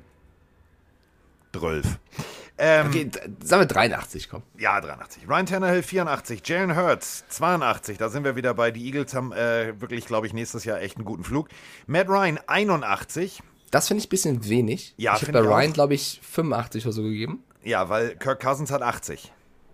zwölf. Ähm, Okay, d- sagen wir dreiundachtzig, komm. Ja, dreiundachtzig. Ryan Tannehill, vierundachtzig. Jalen Hurts, zweiundachtzig. Da sind wir wieder bei. Die Eagles haben äh, wirklich, glaube ich, nächstes Jahr echt einen guten Flug. Matt Ryan, einundachtzig. Das finde ich ein bisschen wenig. Ja, ich habe find bei ich Ryan, auch. glaube ich, fünfundachtzig oder so gegeben. Ja, weil Kirk Cousins hat achtzig.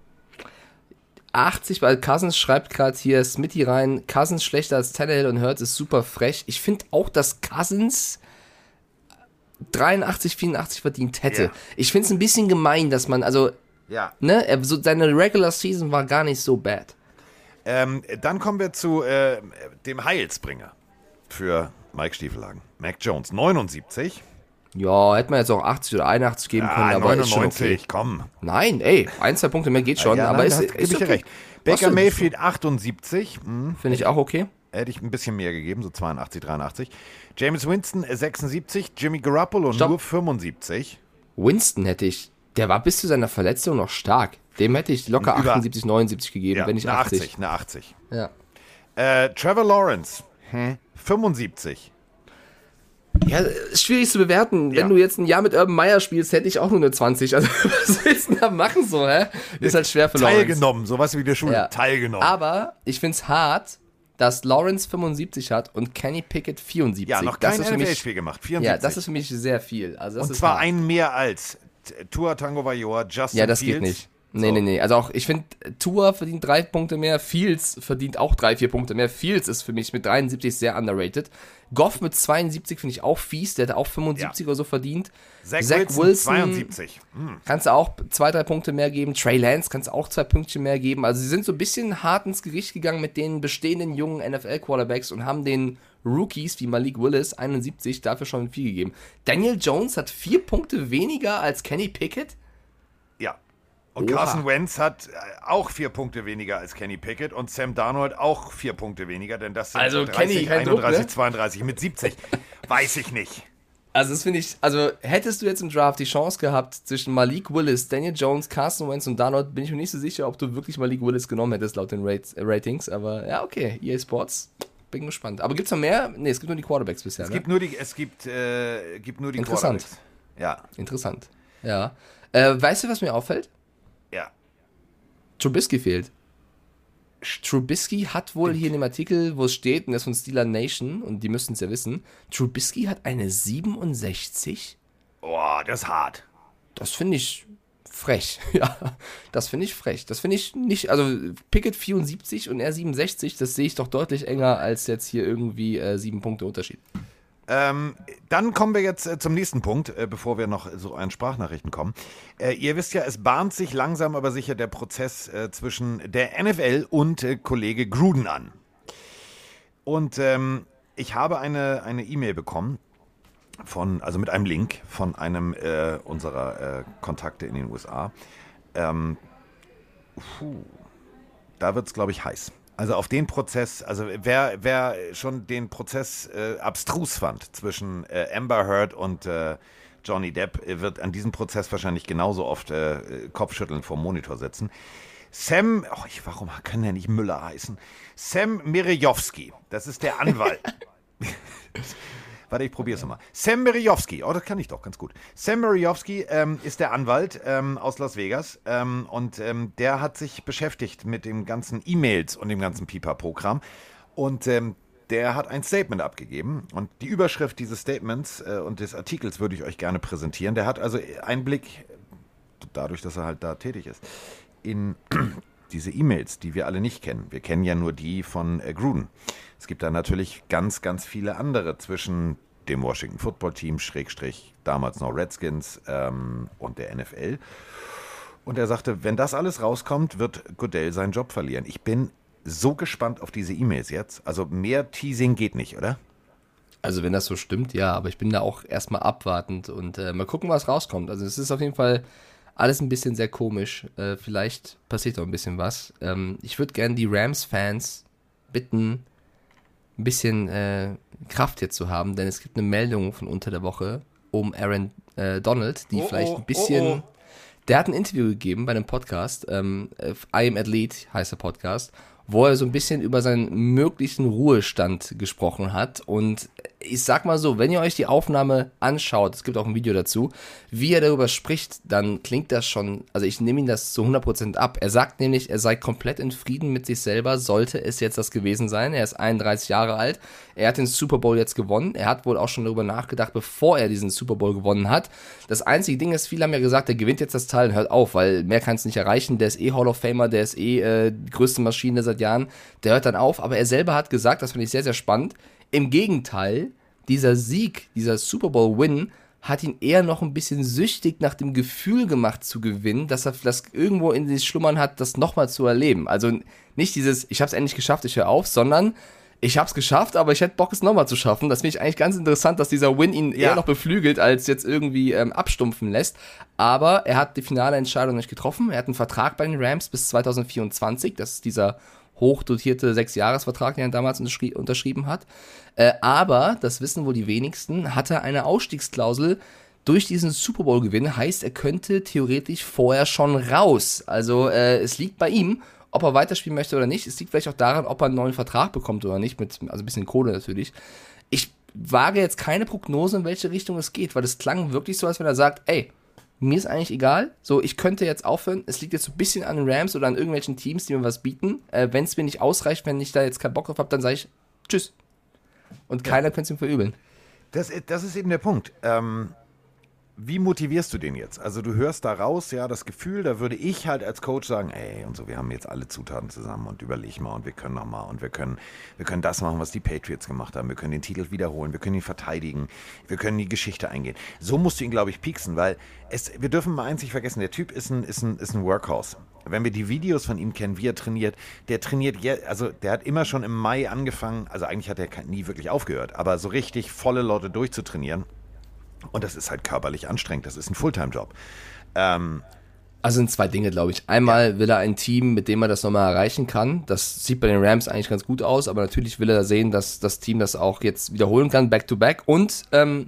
achtzig, weil Cousins schreibt gerade hier Smitty rein, Cousins schlechter als Tannehill und Hurts ist super frech. Ich finde auch, dass Cousins dreiundachtzig, vierundachtzig verdient hätte. Ja. Ich finde es ein bisschen gemein, dass man, also, Ja. ne, er- so, seine Regular Season war gar nicht so bad. Ähm, dann kommen wir zu äh, dem Heilsbringer für Mike Stiefelhagen. Mac Jones, neunundsiebzig. Ja, hätte man jetzt auch achtzig oder einundachtzig geben können, Ah, aber ist schon okay. neunundneunzig, komm. Nein, ey, ein, zwei Punkte mehr geht schon, Ja, aber nein, ist, da ist gebe ich dir okay. recht. Baker Was denn? Mayfield, achtundsiebzig. Hm, Finde ich auch okay. hätte ich ein bisschen mehr gegeben, so zweiundachtzig, dreiundachtzig. James Winston, äh, sechsundsiebzig. Jimmy Garoppolo, Stopp. nur fünfundsiebzig. Winston hätte ich, der war bis zu seiner Verletzung noch stark. Dem hätte ich locker Über- achtundsiebzig, neunundsiebzig gegeben, Ja, wenn nicht eine achtzig. achtzig. Eine achtzig. Ja. Äh, Trevor Lawrence, hm, fünfundsiebzig. Ja, ist schwierig zu bewerten. Ja. Wenn du jetzt ein Jahr mit Urban Meyer spielst, hätte ich auch nur eine zwanzig. Also, was willst du denn da machen so, hä? Ist halt schwer für Lawrence. Teilgenommen, sowas wie der Schule. Ja. Teilgenommen. Aber ich find's hart, dass Lawrence fünfundsiebzig hat und Kenny Pickett vierundsiebzig. ja, noch Das kein ist für N F mich- L-Spiel gemacht. vierundsiebzig. Ja, das ist für mich sehr viel. Also das Und ist zwar hart. einen mehr als T- Tua Tagovailoa, Justin Ja, das Fields. geht nicht. Nee, So. nee, nee. Also auch, ich finde, Tua verdient drei Punkte mehr, Fields verdient auch drei, vier Punkte mehr. Fields ist für mich mit dreiundsiebzig sehr underrated. Goff mit zweiundsiebzig finde ich auch fies, der hat auch fünfundsiebzig Ja. oder so verdient. Zach, Zach Wilson, Wilson- zweiundsiebzig. Hm. Kannst du auch zwei, drei Punkte mehr geben. Trey Lance kannst du auch zwei Pünktchen mehr geben. Also sie sind so ein bisschen hart ins Gericht gegangen mit den bestehenden jungen N F L-Quarterbacks und haben den Rookies wie Malik Willis, einundsiebzig, dafür schon viel gegeben. Daniel Jones hat vier Punkte weniger als Kenny Pickett. Ja. Und Oha. Carson Wentz hat äh, auch vier Punkte weniger als Kenny Pickett und Sam Darnold auch vier Punkte weniger, denn das sind Also, so dreißig, Kenny, kein Druck, einunddreißig, ne? zweiunddreißig mit siebzig. Weiß ich nicht. Also das finde ich, also hättest du jetzt im Draft die Chance gehabt zwischen Malik Willis, Daniel Jones, Carson Wentz und Darnold, bin ich mir nicht so sicher, ob du wirklich Malik Willis genommen hättest laut den Rates, äh, Ratings, aber ja, okay, E A Sports, bin gespannt. Aber gibt's noch mehr? Nee, es gibt nur die Quarterbacks bisher, Es ne? gibt nur die, es gibt, äh, gibt nur die Interessant. Quarterbacks. Ja, Interessant. Ja. Äh, weißt du, was mir auffällt? ja. Trubisky fehlt. Trubisky hat wohl hier in dem Artikel, wo es steht, und das ist von Steeler Nation, und die müssten es ja wissen, Trubisky hat eine siebenundsechzig. Boah, das ist hart. Das finde ich frech. Ja, das finde ich frech. Das finde ich nicht, also Pickett vierundsiebzig und er siebenundsechzig, das sehe ich doch deutlich enger als jetzt hier irgendwie äh, sieben Punkte Unterschied. Ähm, dann kommen wir jetzt äh, zum nächsten Punkt, äh, bevor wir noch so an Sprachnachrichten kommen. Äh, ihr wisst ja, es bahnt sich langsam aber sicher der Prozess äh, zwischen der N F L und äh, Kollege Gruden an. Und ähm, ich habe eine eine E-Mail bekommen von, also mit einem Link von einem äh, unserer äh, Kontakte in den U S A. Ähm, puh, da wird es, glaube ich, heiß. Also auf den Prozess, also wer, wer schon den Prozess äh, abstrus fand zwischen äh, Amber Heard und äh, Johnny Depp, äh, wird an diesem Prozess wahrscheinlich genauso oft äh, Kopfschütteln vorm Monitor sitzen. Sam, oh, ich, warum kann der nicht Müller heißen? Sam Mirejowski, das ist der Anwalt. Warte, ich probiere es nochmal. Sam Mirejowski, oh, das kann ich doch ganz gut. Sam Mirejowski ähm, ist der Anwalt ähm, aus Las Vegas ähm, und ähm, der hat sich beschäftigt mit den ganzen E-Mails und dem ganzen Pipa-Programm und ähm, der hat ein Statement abgegeben und die Überschrift dieses Statements äh, und des Artikels würde ich euch gerne präsentieren. Der hat also Einblick, dadurch, dass er halt da tätig ist, in diese E-Mails, die wir alle nicht kennen. Wir kennen ja nur die von äh, Gruden. Es gibt da natürlich ganz, ganz viele andere zwischen dem Washington Football Team, Schrägstrich, damals noch Redskins ähm, und der N F L. Und er sagte, wenn das alles rauskommt, wird Goodell seinen Job verlieren. Ich bin so gespannt auf diese E-Mails jetzt. Also mehr Teasing geht nicht, oder? Also wenn das so stimmt, ja, aber ich bin da auch erstmal abwartend und äh, mal gucken, was rauskommt. Also es ist auf jeden Fall alles ein bisschen sehr komisch. Äh, vielleicht passiert auch ein bisschen was. Ähm, ich würde gerne die Rams-Fans bitten, ein bisschen äh, Kraft jetzt zu haben, denn es gibt eine Meldung von unter der Woche um Aaron äh, Donald, die Oh, vielleicht oh, ein bisschen, oh, oh. der hat ein Interview gegeben bei einem Podcast, ähm, I Am Athlete heißt der Podcast, wo er so ein bisschen über seinen möglichen Ruhestand gesprochen hat. Und ich sag mal so, wenn ihr euch die Aufnahme anschaut, es gibt auch ein Video dazu, wie er darüber spricht, dann klingt das schon, also ich nehme ihn das zu hundert Prozent ab. Er sagt nämlich, er sei komplett in Frieden mit sich selber, sollte es jetzt das gewesen sein. Er ist einunddreißig Jahre alt, er hat den Super Bowl jetzt gewonnen, er hat wohl auch schon darüber nachgedacht, bevor er diesen Super Bowl gewonnen hat. Das einzige Ding ist, viele haben ja gesagt, er gewinnt jetzt das Teil und hört auf, weil mehr kann es nicht erreichen, der ist eh Hall of Famer, der ist eh äh, die größte Maschine seit Jahren, der hört dann auf, aber er selber hat gesagt, das finde ich sehr, sehr spannend, im Gegenteil, dieser Sieg, dieser Super Bowl-Win hat ihn eher noch ein bisschen süchtig nach dem Gefühl gemacht zu gewinnen, dass er das irgendwo in sich schlummern hat, das nochmal zu erleben. Also nicht dieses, ich habe es endlich geschafft, ich höre auf, sondern ich habe es geschafft, aber ich hätte Bock, es nochmal zu schaffen. Das finde ich eigentlich ganz interessant, dass dieser Win ihn Ja. eher noch beflügelt, als jetzt irgendwie ähm, abstumpfen lässt. Aber er hat die finale Entscheidung nicht getroffen. Er hat einen Vertrag bei den Rams bis zwanzig vierundzwanzig. Das ist dieser hochdotierte Sechs-Jahres-Vertrag, den er damals unterschri- unterschrieben hat. Äh, aber, das wissen wohl die wenigsten, hat er eine Ausstiegsklausel durch diesen Super Bowl-Gewinn. Heißt, er könnte theoretisch vorher schon raus. Also äh, es liegt bei ihm, ob er weiterspielen möchte oder nicht. Es liegt vielleicht auch daran, ob er einen neuen Vertrag bekommt oder nicht, mit also ein bisschen Kohle natürlich. Ich wage jetzt keine Prognose, in welche Richtung es geht, weil es klang wirklich so, als wenn er sagt, ey, mir ist eigentlich egal, so, ich könnte jetzt aufhören, es liegt jetzt so ein bisschen an den Rams oder an irgendwelchen Teams, die mir was bieten. Äh, wenn es mir nicht ausreicht, wenn ich da jetzt keinen Bock drauf habe, dann sage ich tschüss. Und keiner könnte es ihm verübeln. Das, das ist eben der Punkt. Ähm, wie motivierst du den jetzt? Also du hörst da raus, ja, das Gefühl, da würde ich halt als Coach sagen, ey, und so, wir haben jetzt alle Zutaten zusammen und überleg mal und wir können noch mal und wir können, wir können das machen, was die Patriots gemacht haben. Wir können den Titel wiederholen, wir können ihn verteidigen, wir können die Geschichte eingehen. So musst du ihn, glaube ich, pieksen, weil es, wir dürfen mal eins nicht vergessen, der Typ ist ein, ist ein, ist ein Workhorse. Wenn wir die Videos von ihm kennen, wie er trainiert, der trainiert, je, also der hat immer schon im Mai angefangen, also eigentlich hat er nie wirklich aufgehört, aber so richtig volle Leute durchzutrainieren. Und das ist halt körperlich anstrengend. Das ist ein Fulltime-Job. Ähm, Also sind zwei Dinge, glaube ich. Einmal will er ein Team, mit dem er das nochmal erreichen kann. Das sieht bei den Rams eigentlich ganz gut aus, aber natürlich will er sehen, dass das Team das auch jetzt wiederholen kann, back-to-back. Und ähm,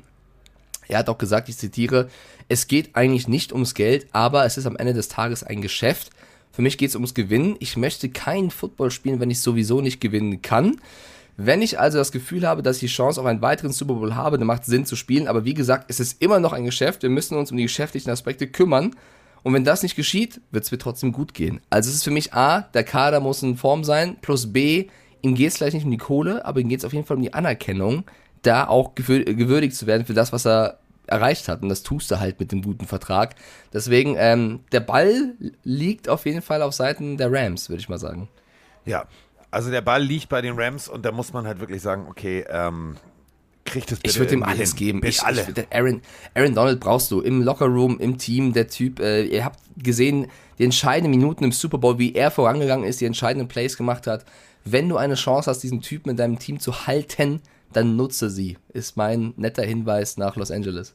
er hat auch gesagt, ich zitiere, es geht eigentlich nicht ums Geld, aber es ist am Ende des Tages ein Geschäft. Für mich geht es ums Gewinnen. Ich möchte keinen Football spielen, wenn ich sowieso nicht gewinnen kann. Wenn ich also das Gefühl habe, dass ich die Chance auf einen weiteren Super Bowl habe, dann macht es Sinn zu spielen. Aber wie gesagt, es ist immer noch ein Geschäft. Wir müssen uns um die geschäftlichen Aspekte kümmern. Und wenn das nicht geschieht, wird es mir trotzdem gut gehen. Also es ist für mich A, der Kader muss in Form sein. Plus B, ihm geht es vielleicht nicht um die Kohle, aber ihm geht es auf jeden Fall um die Anerkennung, da auch gewür- gewürdigt zu werden für das, was er erreicht hat. Und das tust du halt mit dem guten Vertrag. Deswegen, ähm, der Ball liegt auf jeden Fall auf Seiten der Rams, würde ich mal sagen. ja, also der Ball liegt bei den Rams und da muss man halt wirklich sagen, okay, ähm, kriegt es bitte Ich würde ihm irgendwie alles hin. geben. Bitte Ich, alle. ich, der Aaron, Aaron Donald brauchst du im Lockerroom, im Team, der Typ. Äh, ihr habt gesehen, die entscheidenden Minuten im Super Bowl, wie er vorangegangen ist, die entscheidenden Plays gemacht hat. Wenn du eine Chance hast, diesen Typen in deinem Team zu halten, dann nutze sie. Ist mein netter Hinweis nach Los Angeles.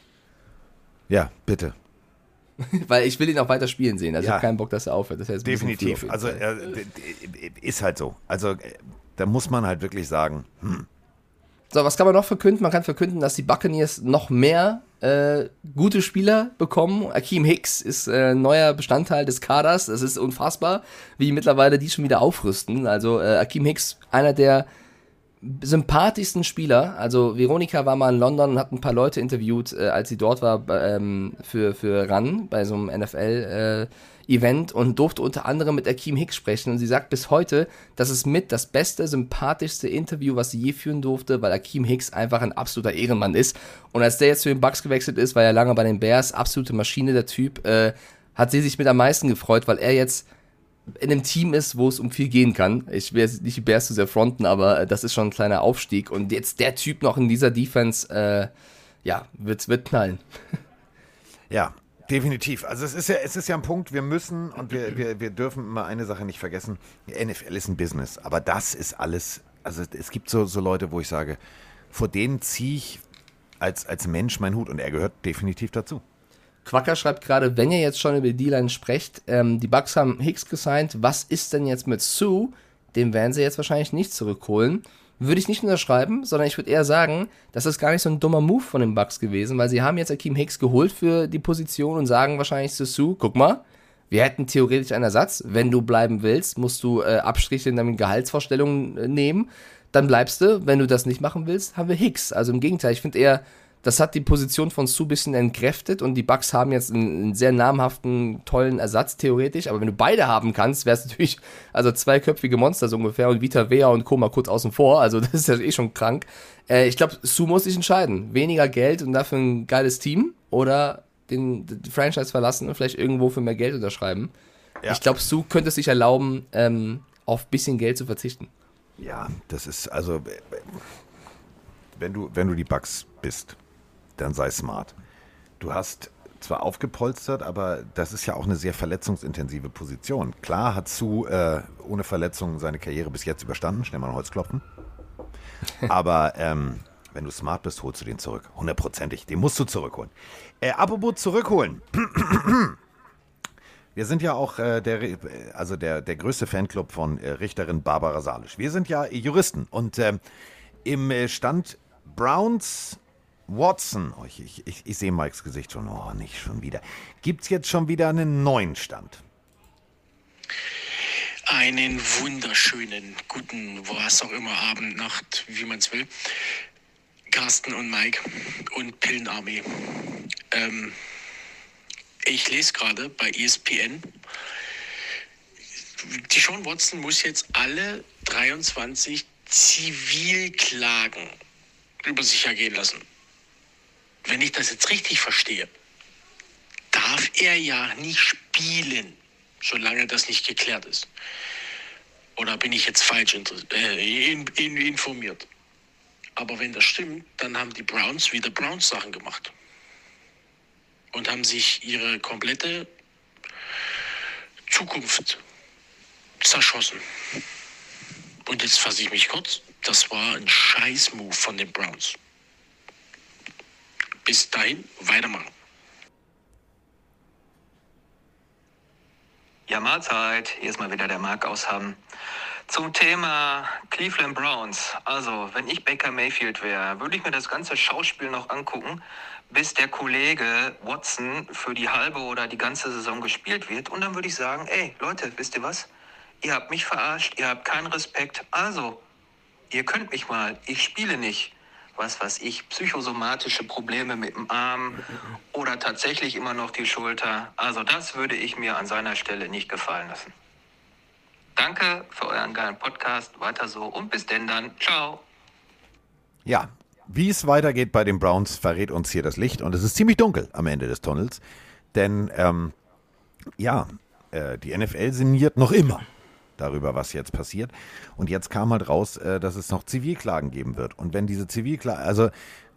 Ja, bitte. Weil ich will ihn auch weiter spielen sehen. Also Ja. ich habe keinen Bock, dass er aufhört. Das heißt, ein bisschen früh Definitiv. auf jeden Also Fall. äh, d- d- ist halt so. Also äh, da muss man halt wirklich sagen, hm, So, was kann man noch verkünden? Man kann verkünden, dass die Buccaneers noch mehr äh, gute Spieler bekommen. Akeem Hicks ist äh, neuer Bestandteil des Kaders. Das ist unfassbar, wie mittlerweile die schon wieder aufrüsten. Also äh, Akeem Hicks, einer der sympathischsten Spieler. Also Veronika war mal in London und hat ein paar Leute interviewt, äh, als sie dort war ähm, für, für Run, bei so einem N F L-Event äh, und durfte unter anderem mit Akeem Hicks sprechen. Und sie sagt bis heute, das ist mit das beste, sympathischste Interview, was sie je führen durfte, weil Akeem Hicks einfach ein absoluter Ehrenmann ist. Und als der jetzt zu den Bucks gewechselt ist, war er lange bei den Bears, absolute Maschine, der Typ, äh, hat sie sich mit am meisten gefreut, weil er jetzt in einem Team ist, wo es um viel gehen kann. Ich will jetzt nicht die Bears zu sehr fronten, aber äh, das ist schon ein kleiner Aufstieg. Und jetzt der Typ noch in dieser Defense, äh, ja, wird, wird knallen. ja, definitiv. Also es ist ja, es ist ja ein Punkt, wir müssen und wir, wir, wir dürfen immer eine Sache nicht vergessen. Die N F L ist ein Business, aber das ist alles, also es gibt so, so Leute, wo ich sage, vor denen ziehe ich als, als Mensch meinen Hut und er gehört definitiv dazu. Quacker schreibt gerade, wenn ihr jetzt schon über die D-Line sprecht, ähm, die Bucks haben Hicks gesigned, was ist denn jetzt mit Sue? Den werden sie jetzt wahrscheinlich nicht zurückholen. würde ich nicht unterschreiben, sondern ich würde eher sagen, das ist gar nicht so ein dummer Move von den Bucks gewesen, weil sie haben jetzt Akeem Hicks geholt für die Position und sagen wahrscheinlich zu Sue, guck mal, wir hätten theoretisch einen Ersatz, wenn du bleiben willst, musst du äh, Abstriche in deinen Gehaltsvorstellungen äh, nehmen, dann bleibst du, wenn du das nicht machen willst, haben wir Hicks. Also im Gegenteil, ich finde eher, das hat die Position von Sue ein bisschen entkräftet und die Bucks haben jetzt einen, einen sehr namhaften, tollen Ersatz theoretisch, aber wenn du beide haben kannst, wäre es natürlich, also zweiköpfige Monster so ungefähr und Vita Vea und Koma kurz außen vor, also das ist ja eh schon krank. Äh, ich glaube, Sue muss sich entscheiden, weniger Geld und dafür ein geiles Team oder den, den Franchise verlassen und vielleicht irgendwo für mehr Geld unterschreiben. Ja. Ich glaube, Sue könnte es sich erlauben, ähm, auf ein bisschen Geld zu verzichten. Ja, das ist, also, wenn du, wenn du die Bucks bist, dann sei smart. Du hast zwar aufgepolstert, aber das ist ja auch eine sehr verletzungsintensive Position. Klar hat Sue äh, ohne Verletzungen seine Karriere bis jetzt überstanden, schnell mal ein Holz klopfen. Aber ähm, wenn du smart bist, holst du den zurück. Hundertprozentig, den musst du zurückholen. Äh, apropos zurückholen. Wir sind ja auch äh, der, also der, der größte Fanclub von äh, Richterin Barbara Salisch. Wir sind ja Juristen und äh, im äh, Stand Browns Watson, oh, ich, ich, ich, ich sehe Mikes Gesicht schon, oh, nicht schon wieder. Gibt es jetzt schon wieder einen neuen Stand? Einen wunderschönen, guten, was auch immer, Abend, Nacht, wie man es will. Carsten und Mike und Pillenarmee. Ähm, ich lese gerade bei E S P N, Deshaun Watson muss jetzt alle dreiundzwanzig Zivilklagen über sich ergehen lassen. Wenn ich das jetzt richtig verstehe, darf er ja nicht spielen, solange das nicht geklärt ist. Oder bin ich jetzt falsch äh, in, in, informiert? Aber wenn das stimmt, dann haben die Browns wieder Browns-Sachen gemacht. Und haben sich ihre komplette Zukunft zerschossen. Und jetzt fasse ich mich kurz. Das war ein Scheiß-Move von den Browns. Bis dahin, weitermachen. Ja, Mahlzeit. Hier ist mal wieder der Marc aus Hamm. Zum Thema Cleveland Browns. Also, wenn ich Baker Mayfield wäre, würde ich mir das ganze Schauspiel noch angucken, bis der Kollege Watson für die halbe oder die ganze Saison gespielt wird. Und dann würde ich sagen, ey, Leute, wisst ihr was? Ihr habt mich verarscht, ihr habt keinen Respekt. Also, ihr könnt mich mal, ich spiele nicht. Was weiß ich, psychosomatische Probleme mit dem Arm oder tatsächlich immer noch die Schulter. Also das würde ich mir an seiner Stelle nicht gefallen lassen. Danke für euren geilen Podcast, weiter so und bis denn dann. Ciao. Ja, wie es weitergeht bei den Browns, verrät uns hier das Licht und es ist ziemlich dunkel am Ende des Tunnels, denn ähm, ja, äh, die N F L sinniert noch immer darüber, was jetzt passiert. Und jetzt kam halt raus, äh, dass es noch Zivilklagen geben wird. Und wenn diese Zivilklagen, also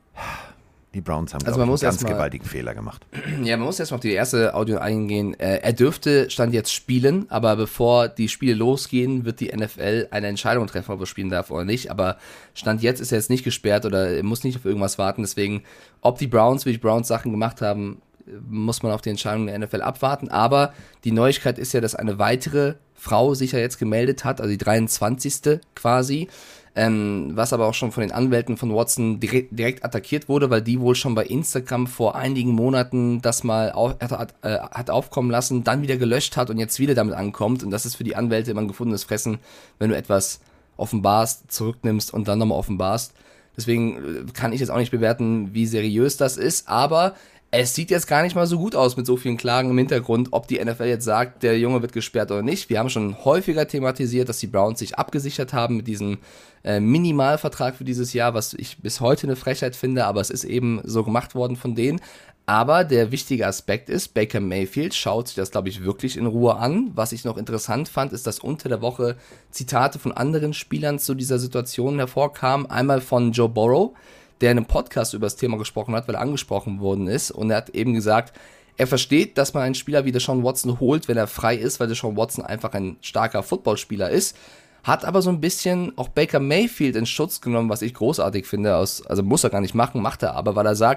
die Browns haben also man muss einen ganz mal, gewaltigen Fehler gemacht. Ja, man muss erstmal auf die erste Audio eingehen. Äh, er dürfte, stand jetzt spielen, aber bevor die Spiele losgehen, wird die N F L eine Entscheidung treffen, ob er spielen darf oder nicht. Aber Stand jetzt ist er jetzt nicht gesperrt oder er muss nicht auf irgendwas warten. Deswegen, ob die Browns, wie die Browns Sachen gemacht haben, muss man auf die Entscheidung der N F L abwarten. Aber die Neuigkeit ist ja, dass eine weitere Frau sich ja jetzt gemeldet hat, also die dreiundzwanzigste quasi, ähm, was aber auch schon von den Anwälten von Watson direkt, direkt attackiert wurde, weil die wohl schon bei Instagram vor einigen Monaten das mal auf, hat, äh, hat aufkommen lassen, dann wieder gelöscht hat und jetzt wieder damit ankommt. Und das ist für die Anwälte immer ein gefundenes Fressen, wenn du etwas offenbarst, zurücknimmst und dann nochmal offenbarst. Deswegen kann ich jetzt auch nicht bewerten, wie seriös das ist, aber es sieht jetzt gar nicht mal so gut aus mit so vielen Klagen im Hintergrund, ob die N F L jetzt sagt, der Junge wird gesperrt oder nicht. Wir haben schon häufiger thematisiert, dass die Browns sich abgesichert haben mit diesem äh, Minimalvertrag für dieses Jahr, was ich bis heute eine Frechheit finde, aber es ist eben so gemacht worden von denen. Aber der wichtige Aspekt ist, Baker Mayfield schaut sich das, glaube ich, wirklich in Ruhe an. Was ich noch interessant fand, ist, dass unter der Woche Zitate von anderen Spielern zu dieser Situation hervorkamen. Einmal von Joe Burrow, der in einem Podcast über das Thema gesprochen hat, weil er angesprochen worden ist. Und er hat eben gesagt, er versteht, dass man einen Spieler wie Deshaun Watson holt, wenn er frei ist, weil Deshaun Watson einfach ein starker Footballspieler ist. Hat aber so ein bisschen auch Baker Mayfield in Schutz genommen, was ich großartig finde. Aus, also muss er gar nicht machen, macht er aber, weil er sagt,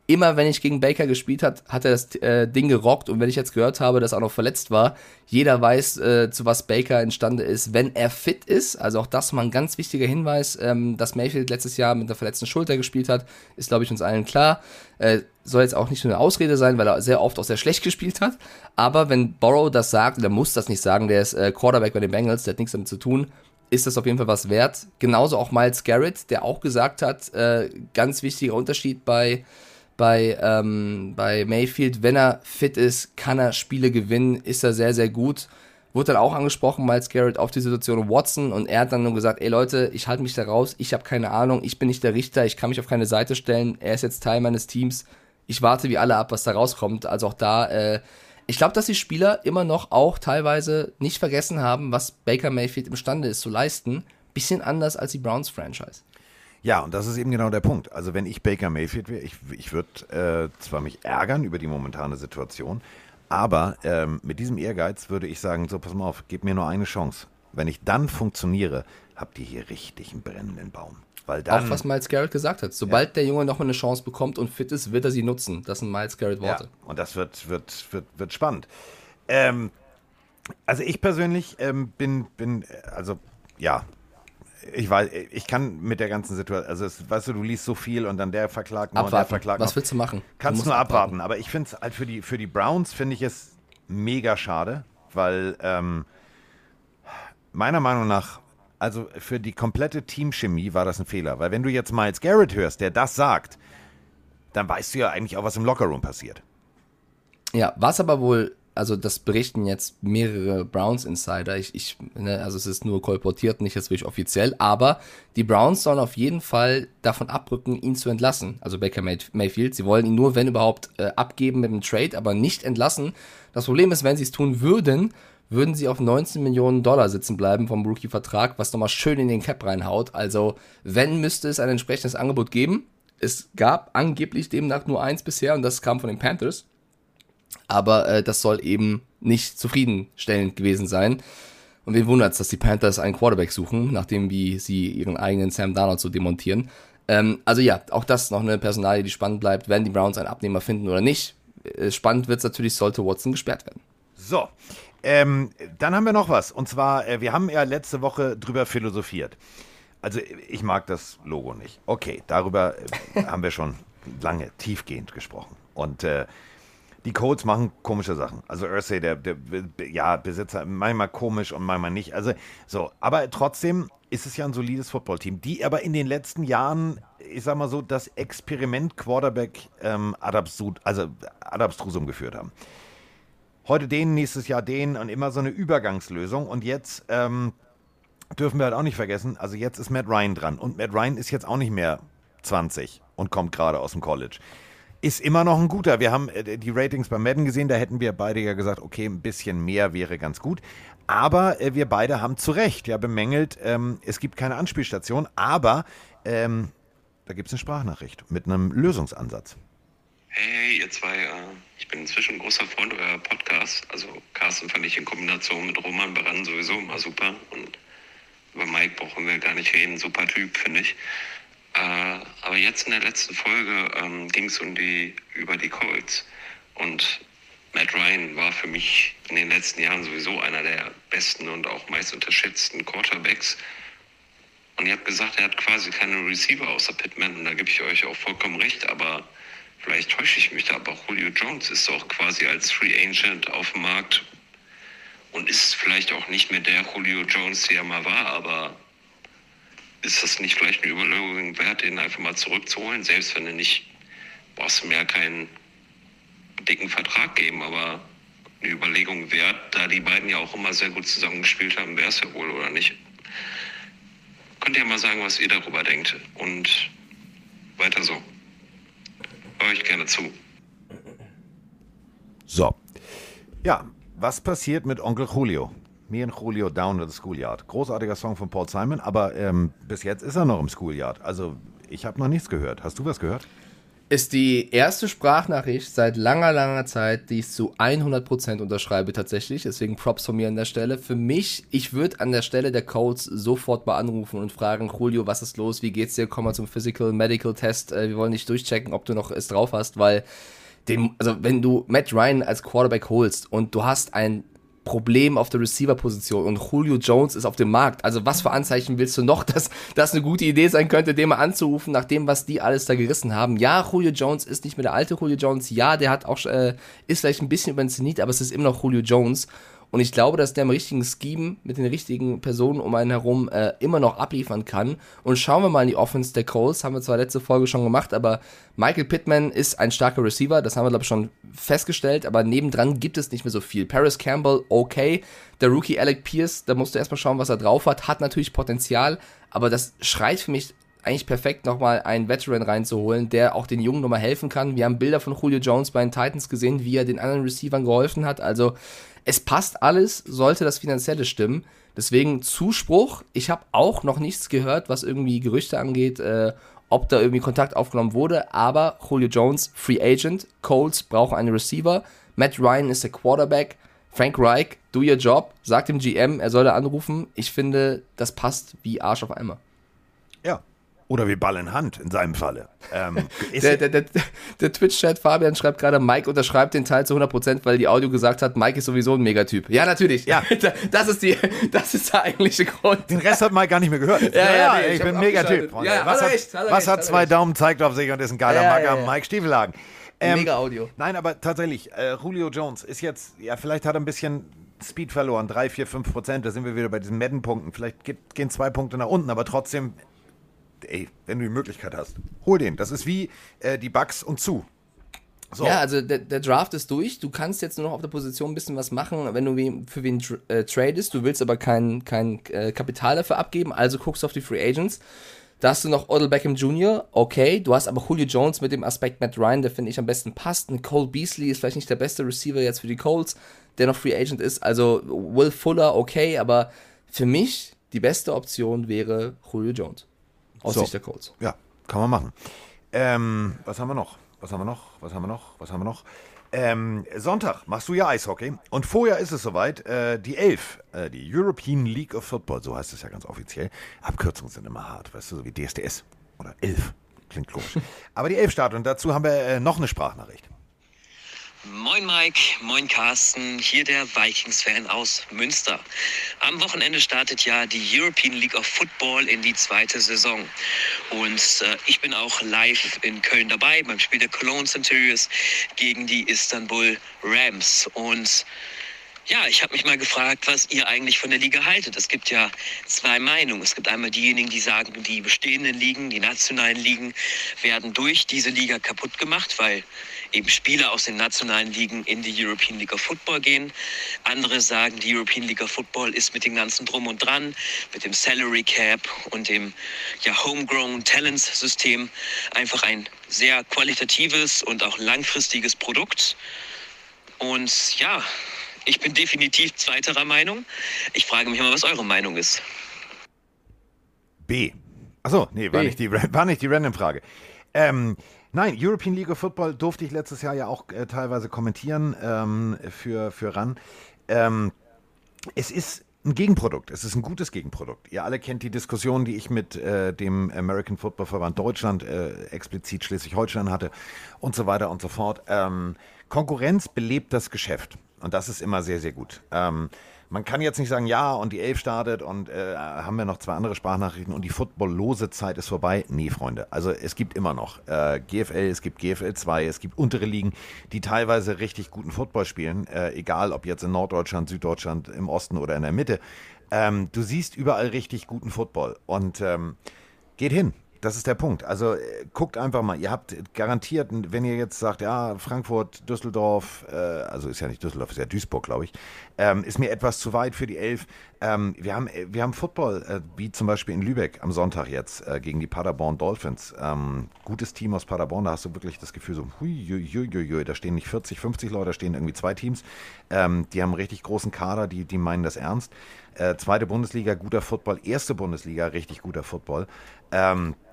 immer wenn ich gegen Baker gespielt hat, hat er das äh, Ding gerockt. Und wenn ich jetzt gehört habe, dass er auch noch verletzt war, jeder weiß, äh, zu was Baker imstande ist, wenn er fit ist. Also auch das mal ein ganz wichtiger Hinweis, ähm, dass Mayfield letztes Jahr mit einer verletzten Schulter gespielt hat, ist, glaube ich, uns allen klar. Äh, soll jetzt auch nicht nur eine Ausrede sein, weil er sehr oft auch sehr schlecht gespielt hat. Aber wenn Burrow das sagt, der muss das nicht sagen, der ist äh, Quarterback bei den Bengals, der hat nichts damit zu tun, ist das auf jeden Fall was wert. Genauso auch Myles Garrett, der auch gesagt hat, äh, ganz wichtiger Unterschied bei Bei, ähm, bei Mayfield, wenn er fit ist, kann er Spiele gewinnen, ist er sehr, sehr gut. Wurde dann auch angesprochen, Myles Garrett, auf die Situation Watson, und er hat dann nur gesagt, ey Leute, ich halte mich da raus, ich habe keine Ahnung, ich bin nicht der Richter, ich kann mich auf keine Seite stellen, er ist jetzt Teil meines Teams, ich warte wie alle ab, was da rauskommt. Also auch da, äh, ich glaube, dass die Spieler immer noch auch teilweise nicht vergessen haben, was Baker Mayfield imstande ist zu leisten. Bisschen anders als die Browns-Franchise. Ja, und das ist eben genau der Punkt. Also wenn ich Baker Mayfield wäre, ich, ich würde äh, zwar mich ärgern über die momentane Situation, aber ähm, mit diesem Ehrgeiz würde ich sagen, so pass mal auf, gib mir nur eine Chance. Wenn ich dann funktioniere, habt ihr hier richtig einen brennenden Baum. Weil dann, auch was Myles Garrett gesagt hat. Sobald ja. der Junge nochmal eine Chance bekommt und fit ist, wird er sie nutzen. Das sind Myles Garrett Worte. Ja, und das wird, wird, wird, wird spannend. Ähm, also ich persönlich ähm, bin, bin, also ja, Ich weiß, ich kann mit der ganzen Situation, also es, weißt du, du liest so viel und dann der verklagt noch abwarten. und der verklagt noch. Was willst du machen? Kannst du nur abwarten. abwarten, aber ich finde es halt für die, für die Browns finde ich es mega schade, weil ähm, meiner Meinung nach, also für die komplette Teamchemie war das ein Fehler, weil wenn du jetzt Myles Garrett hörst, der das sagt, dann weißt du ja eigentlich auch, was im Lockerroom passiert. Ja, was aber wohl, also das berichten jetzt mehrere Browns-Insider, ich, ich, ne, also es ist nur kolportiert, nicht jetzt wirklich offiziell, aber die Browns sollen auf jeden Fall davon abrücken, ihn zu entlassen, also Baker Mayfield. Sie wollen ihn nur, wenn überhaupt, äh, abgeben mit dem Trade, aber nicht entlassen. Das Problem ist, wenn sie es tun würden, würden sie auf neunzehn Millionen Dollar sitzen bleiben vom Rookie-Vertrag, was nochmal schön in den Cap reinhaut. Also wenn, müsste es ein entsprechendes Angebot geben. Es gab angeblich demnach nur eins bisher und das kam von den Panthers. Aber äh, das soll eben nicht zufriedenstellend gewesen sein. Und wen wundert es, dass die Panthers einen Quarterback suchen, nachdem wie sie ihren eigenen Sam Darnold so demontieren. Ähm, also ja, auch das noch eine Personalie, die spannend bleibt. Werden die Browns einen Abnehmer finden oder nicht? Äh, spannend wird es natürlich, sollte Watson gesperrt werden. So, ähm, dann haben wir noch was. Und zwar, äh, wir haben ja letzte Woche drüber philosophiert. Also ich mag das Logo nicht. Okay, darüber äh, haben wir schon lange, tiefgehend gesprochen. Und äh, die Colts machen komische Sachen. Also Irsay, der, der ja, Besitzer, manchmal komisch und manchmal nicht. Also so, aber trotzdem ist es ja ein solides Footballteam, die aber in den letzten Jahren, ich sag mal so, das Experiment Quarterback ähm, Adabsud, also ad abstrusum geführt haben. Heute den, nächstes Jahr den und immer so eine Übergangslösung. Und jetzt ähm, dürfen wir halt auch nicht vergessen, also jetzt ist Matt Ryan dran. Und Matt Ryan ist jetzt auch nicht mehr zwanzig und kommt gerade aus dem College. Ist immer noch ein guter. Wir haben äh, die Ratings bei Madden gesehen, da hätten wir beide ja gesagt, okay, ein bisschen mehr wäre ganz gut. Aber äh, wir beide haben zu Recht ja bemängelt, ähm, es gibt keine Anspielstation, aber ähm, da gibt es eine Sprachnachricht mit einem Lösungsansatz. Hey, ihr zwei, äh, ich bin inzwischen ein großer Freund eurer Podcasts. Also Carsten fand ich in Kombination mit Roman Baran sowieso immer super. Und über Mike brauchen wir gar nicht reden, super Typ, finde ich. Äh, aber jetzt in der letzten Folge ähm, ging es um die, über die Colts. Und Matt Ryan war für mich in den letzten Jahren sowieso einer der besten und auch meist unterschätzten Quarterbacks. Und ihr habt gesagt, er hat quasi keine Receiver außer Pittman. Und da gebe ich euch auch vollkommen recht. Aber vielleicht täusche ich mich da. Aber Julio Jones ist auch quasi als Free Agent auf dem Markt. Und ist vielleicht auch nicht mehr der Julio Jones, der er mal war. Aber ist das nicht vielleicht eine Überlegung wert, den einfach mal zurückzuholen? Selbst wenn du nicht, brauchst du mir ja keinen dicken Vertrag geben, aber eine Überlegung wert, da die beiden ja auch immer sehr gut zusammengespielt haben, wäre es ja wohl, oder nicht? Könnt ihr mal sagen, was ihr darüber denkt? Und weiter so. Hör euch gerne zu. So. Ja, was passiert mit Onkel Julio? Me and Julio down to the schoolyard. Großartiger Song von Paul Simon, aber ähm, bis jetzt ist er noch im Schoolyard. Also ich habe noch nichts gehört. Hast du was gehört? Ist die erste Sprachnachricht seit langer, langer Zeit, die ich zu hundert Prozent unterschreibe tatsächlich. Deswegen Props von mir an der Stelle. Für mich, ich würde an der Stelle der Colts sofort mal anrufen und fragen, Julio, was ist los? Wie geht's dir? Komm mal zum Physical Medical Test. Wir wollen dich durchchecken, ob du noch es drauf hast, weil dem, also wenn du Matt Ryan als Quarterback holst und du hast ein Problem auf der Receiver-Position und Julio Jones ist auf dem Markt. Also was für Anzeichen willst du noch, dass das eine gute Idee sein könnte, den mal anzurufen, nach dem, was die alles da gerissen haben? Ja, Julio Jones ist nicht mehr der alte Julio Jones. Ja, der hat auch äh, ist vielleicht ein bisschen über den Zenit, aber es ist immer noch Julio Jones. Und ich glaube, dass der im richtigen Scheme mit den richtigen Personen um einen herum äh, immer noch abliefern kann. Und schauen wir mal in die Offense der Colts. Haben wir zwar letzte Folge schon gemacht, aber Michael Pittman ist ein starker Receiver. Das haben wir, glaube ich, schon festgestellt. Aber nebendran gibt es nicht mehr so viel. Paris Campbell, okay. Der Rookie Alec Pierce, da musst du erstmal schauen, was er drauf hat. Hat natürlich Potenzial, aber das schreit für mich eigentlich perfekt, nochmal einen Veteran reinzuholen, der auch den Jungen nochmal helfen kann. Wir haben Bilder von Julio Jones bei den Titans gesehen, wie er den anderen Receivern geholfen hat. Also es passt alles, sollte das Finanzielle stimmen. Deswegen Zuspruch. Ich habe auch noch nichts gehört, was irgendwie Gerüchte angeht, äh, ob da irgendwie Kontakt aufgenommen wurde. Aber Julio Jones, Free Agent. Colts brauchen einen Receiver. Matt Ryan ist der Quarterback. Frank Reich, do your job. Sagt dem G M, er soll da anrufen. Ich finde, das passt wie Arsch auf Eimer. Ja. Oder wie Ball in Hand, in seinem Falle. Ähm, der der, der, der Twitch-Chat Fabian schreibt gerade, Mike unterschreibt den Teil zu hundert Prozent, weil die Audio gesagt hat, Mike ist sowieso ein Megatyp. Ja, natürlich. Ja. Das ist die, das ist der eigentliche Grund. Den Rest hat Mike gar nicht mehr gehört. Ja, ja, ja, nee, ich, ich bin ein Megatyp. Ja, was hat, recht, hat, was recht, hat hat zwei recht. Daumen, zeigt auf sich und ist ein geiler ja, Macker, ja, ja. Mike Stiefelhagen. Ähm, Mega Audio. Nein, aber tatsächlich, äh, Julio Jones ist jetzt, ja, vielleicht hat er ein bisschen Speed verloren, drei, vier, fünf Prozent, da sind wir wieder bei diesen Madden-Punkten. Vielleicht geht, gehen zwei Punkte nach unten, aber trotzdem, ey, wenn du die Möglichkeit hast, hol den. Das ist wie äh, die Bucks und zu. So. Ja, also der, der Draft ist durch. Du kannst jetzt nur noch auf der Position ein bisschen was machen, wenn du wen, für wen äh, tradest. Du willst aber kein, kein äh, Kapital dafür abgeben, also guckst du auf die Free Agents. Da hast du noch Odell Beckham Junior, okay. Du hast aber Julio Jones mit dem Aspekt Matt Ryan, der finde ich am besten passt. Ein Cole Beasley ist vielleicht nicht der beste Receiver jetzt für die Colts, der noch Free Agent ist. Also Will Fuller, okay, aber für mich die beste Option wäre Julio Jones. Aus So. Sicht der Colts. Ja, kann man machen. Ähm, was haben wir noch? Was haben wir noch? Was haben wir noch? Was haben wir noch? Ähm, Sonntag machst du ja Eishockey. Und vorher ist es soweit, äh, die elf, äh, die European League of Football, so heißt es ja ganz offiziell. Abkürzungen sind immer hart, weißt du, so wie D S D S oder elf. Klingt komisch. Aber die elf startet und dazu haben wir äh, noch eine Sprachnachricht. Moin Mike, moin Carsten, hier der Vikings-Fan aus Münster. Am Wochenende startet ja die European League of Football in die zweite Saison. Und äh, ich bin auch live in Köln dabei beim Spiel der Cologne Centurions gegen die Istanbul Rams. Und ja, ich habe mich mal gefragt, was ihr eigentlich von der Liga haltet. Es gibt ja zwei Meinungen. Es gibt einmal diejenigen, die sagen, die bestehenden Ligen, die nationalen Ligen werden durch diese Liga kaputt gemacht, weil eben Spieler aus den nationalen Ligen in die European League of Football gehen. Andere sagen, die European League of Football ist mit dem ganzen Drum und Dran, mit dem Salary Cap und dem ja, Homegrown Talents System einfach ein sehr qualitatives und auch langfristiges Produkt. Und ja, ich bin definitiv zweiterer Meinung. Ich frage mich mal, was eure Meinung ist. B. Achso, nee, war B. nicht die, war nicht die Random-Frage. Ähm, nein, European League of Football durfte ich letztes Jahr ja auch äh, teilweise kommentieren ähm, für, für R A N. Ähm, es ist ein Gegenprodukt, es ist ein gutes Gegenprodukt. Ihr alle kennt die Diskussion, die ich mit äh, dem American Football Verband Deutschland, äh, explizit Schleswig-Holstein hatte und so weiter und so fort. Ähm, Konkurrenz belebt das Geschäft und das ist immer sehr, sehr gut. Ähm, Man kann jetzt nicht sagen, ja, und die elf startet und äh, haben wir noch zwei andere Sprachnachrichten und die footballlose Zeit ist vorbei. Nee, Freunde, also es gibt immer noch äh, G F L, es gibt G F L zwei, es gibt untere Ligen, die teilweise richtig guten Football spielen, äh, egal ob jetzt in Norddeutschland, Süddeutschland, im Osten oder in der Mitte. Ähm, du siehst überall richtig guten Football und ähm, geht hin. Das ist der Punkt. Also äh, guckt einfach mal. Ihr habt garantiert, wenn ihr jetzt sagt, ja, Frankfurt, Düsseldorf, äh, also ist ja nicht Düsseldorf, ist ja Duisburg, glaube ich, ähm, ist mir etwas zu weit für die Elf. Ähm, wir haben, wir haben Football, äh, wie zum Beispiel in Lübeck am Sonntag jetzt äh, gegen die Paderborn Dolphins. Ähm, gutes Team aus Paderborn, da hast du wirklich das Gefühl so, hui, hui, hui, hui, da stehen nicht vierzig, fünfzig Leute, da stehen irgendwie zwei Teams. Ähm, die haben einen richtig großen Kader, die, die meinen das ernst. Äh, zweite Bundesliga, guter Football. Erste Bundesliga, richtig guter Football. Ähm,